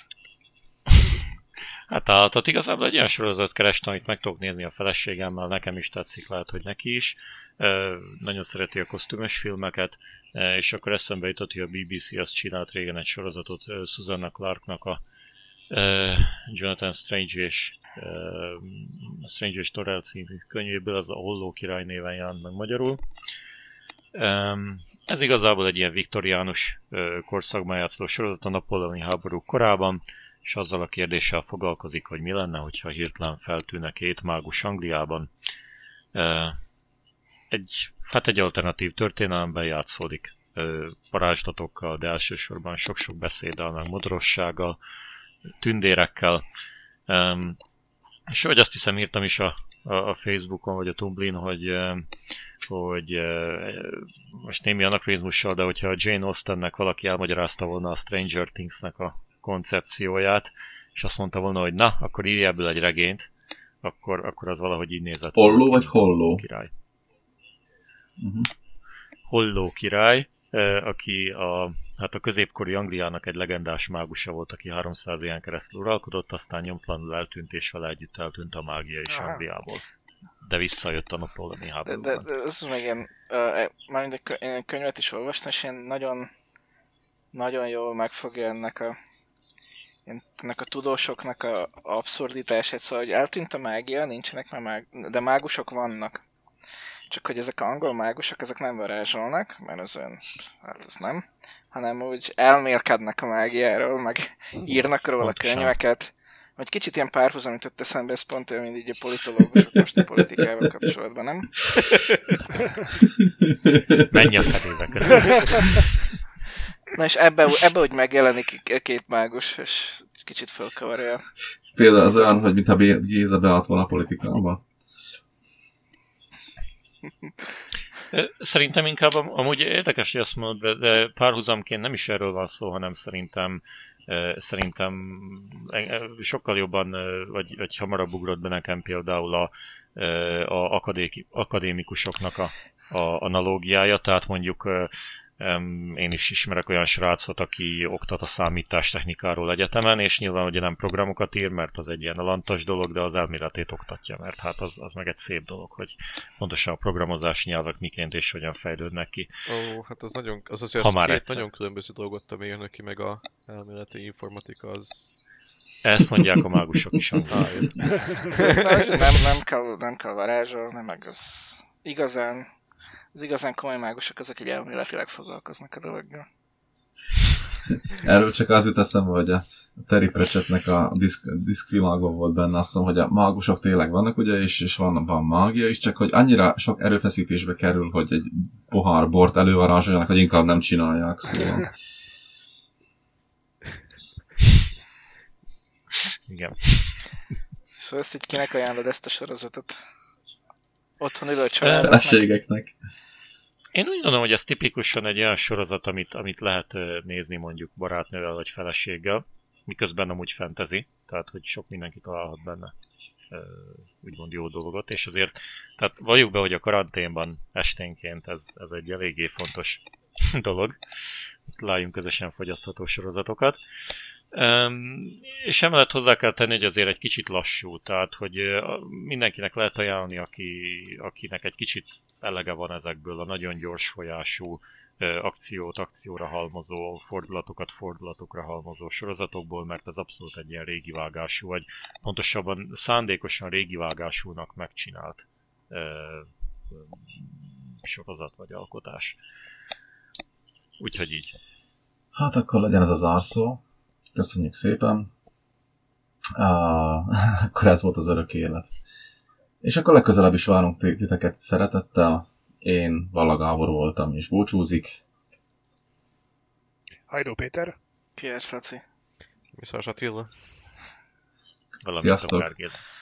S5: hát állatot igazából egy olyan sorozatot kerestem, amit meg tudok nézni a feleségemmel, nekem is tetszik, lehet, hogy neki is. Uh, nagyon szereti a kosztümös filmeket, uh, és akkor eszembe jutott, hogy a bé bé cé azt csinált régen egy sorozatot uh, Susanna Clarknak a uh, Jonathan Strange és uh, Strange és Torrell című könyvéből, az a Holló király néven jelent meg magyarul. Um, ez igazából egy ilyen viktoriánus uh, korszakban játszó sorozat a napóleoni háború korában, és azzal a kérdéssel foglalkozik, hogy mi lenne, hogyha hirtelen feltűnne két mágus Angliában. Uh, egy, hát egy alternatív történelemben játszódik uh, varázslatokkal, de elsősorban sok-sok beszéddel, meg modorossággal, tündérekkel. Um, és hogy azt hiszem írtam is a, a, a Facebookon, vagy a Tumblr-n, hogy, uh, hogy uh, most némi anakronizmussal, de hogyha Jane Austennek valaki elmagyarázta volna a Stranger Things-nek a koncepcióját, és azt mondta volna, hogy na, akkor írj ebből egy regényt, akkor, akkor az valahogy így nézett.
S1: Holló vagy holló?
S5: Király.
S1: Uh-huh.
S5: Holló király, eh, aki a, hát a középkori Angliának egy legendás mágusa volt, aki háromszáz éven keresztül uralkodott, aztán nyomtalanul eltűnt, és vele együtt eltűnt a mágia is Angliából. De visszajött a napóleoni háborúban.
S3: De, de, de ez meg ilyen, uh, már mindegy kö- könyvet is olvastam, és ilyen nagyon, nagyon jól megfogja ennek a ennek a tudósoknak a abszurditását, szóval, hogy eltűnt a mágia, nincsenek már mág... de mágusok vannak. Csak hogy ezek a angol mágusok, ezek nem varázsolnak, mert az olyan, hát az nem, hanem úgy elmélkednek a mágiáról, meg írnak róla Pontosan. könyveket. Vagy kicsit ilyen párhuzam jutott eszembe, ez pont olyan, mint így a politológusok most a politikával kapcsolatban, nem?
S5: Menj a fedébe közben.
S3: Na és ebbe, ebbe úgy megjelenik két mágus, és kicsit fölkavarja.
S1: Például az olyan, hogy mintha Géza beállt volna a politikába.
S5: Szerintem inkább amúgy érdekes, hogy azt mondod, de párhuzamként nem is erről van szó, hanem szerintem szerintem sokkal jobban, vagy, vagy hamarabb ugrott be nekem például a, a akadéki, akadémikusoknak a, a analógiája, tehát mondjuk én is ismerek olyan srácot, aki oktat a számítástechnikáról egyetemen, és nyilván ugye nem programokat ír, mert az egy ilyen alantas dolog, de az elméletét oktatja, mert hát az, az meg egy szép dolog, hogy pontosan a programozási nyelvek miként és hogyan fejlődnek ki.
S4: Ó, hát az nagyon, az azért az két nagyon különböző dolgot, a mérnöki meg a elméleti informatika, az...
S5: Ezt mondják a mágusok is.
S3: nem, nem, nem, kell, nem kell varázsolni, meg az igazán Az igazán komoly mágusok azok egy elméletileg foglalkoznak a dologgal.
S1: Erről csak az jut eszembe, hogy a Terry Pratchettnek a diszk, diszkvilágban volt benne, azt mondom, hogy a mágusok tényleg vannak, ugye, és, és van, van mágia is, csak hogy annyira sok erőfeszítésbe kerül, hogy egy pohár bort elővarázsoljanak, hogy inkább nem csinálják, szóval.
S5: Igen.
S3: Szóval ezt így kinek ajánlod ezt a sorozatot? Otthon ülő családoknak?
S1: Feleségeknek.
S5: Én úgy gondolom, hogy ez tipikusan egy olyan sorozat, amit, amit lehet nézni mondjuk barátnővel vagy feleséggel, miközben amúgy fantasy, tehát hogy sok mindenki találhat benne úgymond jó dolgot, és azért, tehát valljuk be, hogy a karanténban esténként ez, ez egy eléggé fontos dolog, találjunk közösen fogyasztható sorozatokat. Um, és emellett hozzá kell tenni, hogy azért egy kicsit lassú, tehát hogy uh, mindenkinek lehet ajánlani, aki, akinek egy kicsit elege van ezekből a nagyon gyors folyású uh, akciót, akcióra halmozó, fordulatokat fordulatokra halmozó sorozatokból, mert ez abszolút egy ilyen régi vágású, vagy pontosabban szándékosan régi vágásúnak megcsinált uh, sorozat vagy alkotás. Úgyhogy így.
S1: Hát akkor legyen ez a zárszó. Köszönjük szépen. Ah, akkor ez volt az örök élet. És akkor legközelebb is várunk titeket szeretettel. Én Valla Gábor voltam, és búcsúzik.
S2: Hajdó Péter.
S3: Kies Laci.
S4: Viszont Attila.
S1: Sziasztok!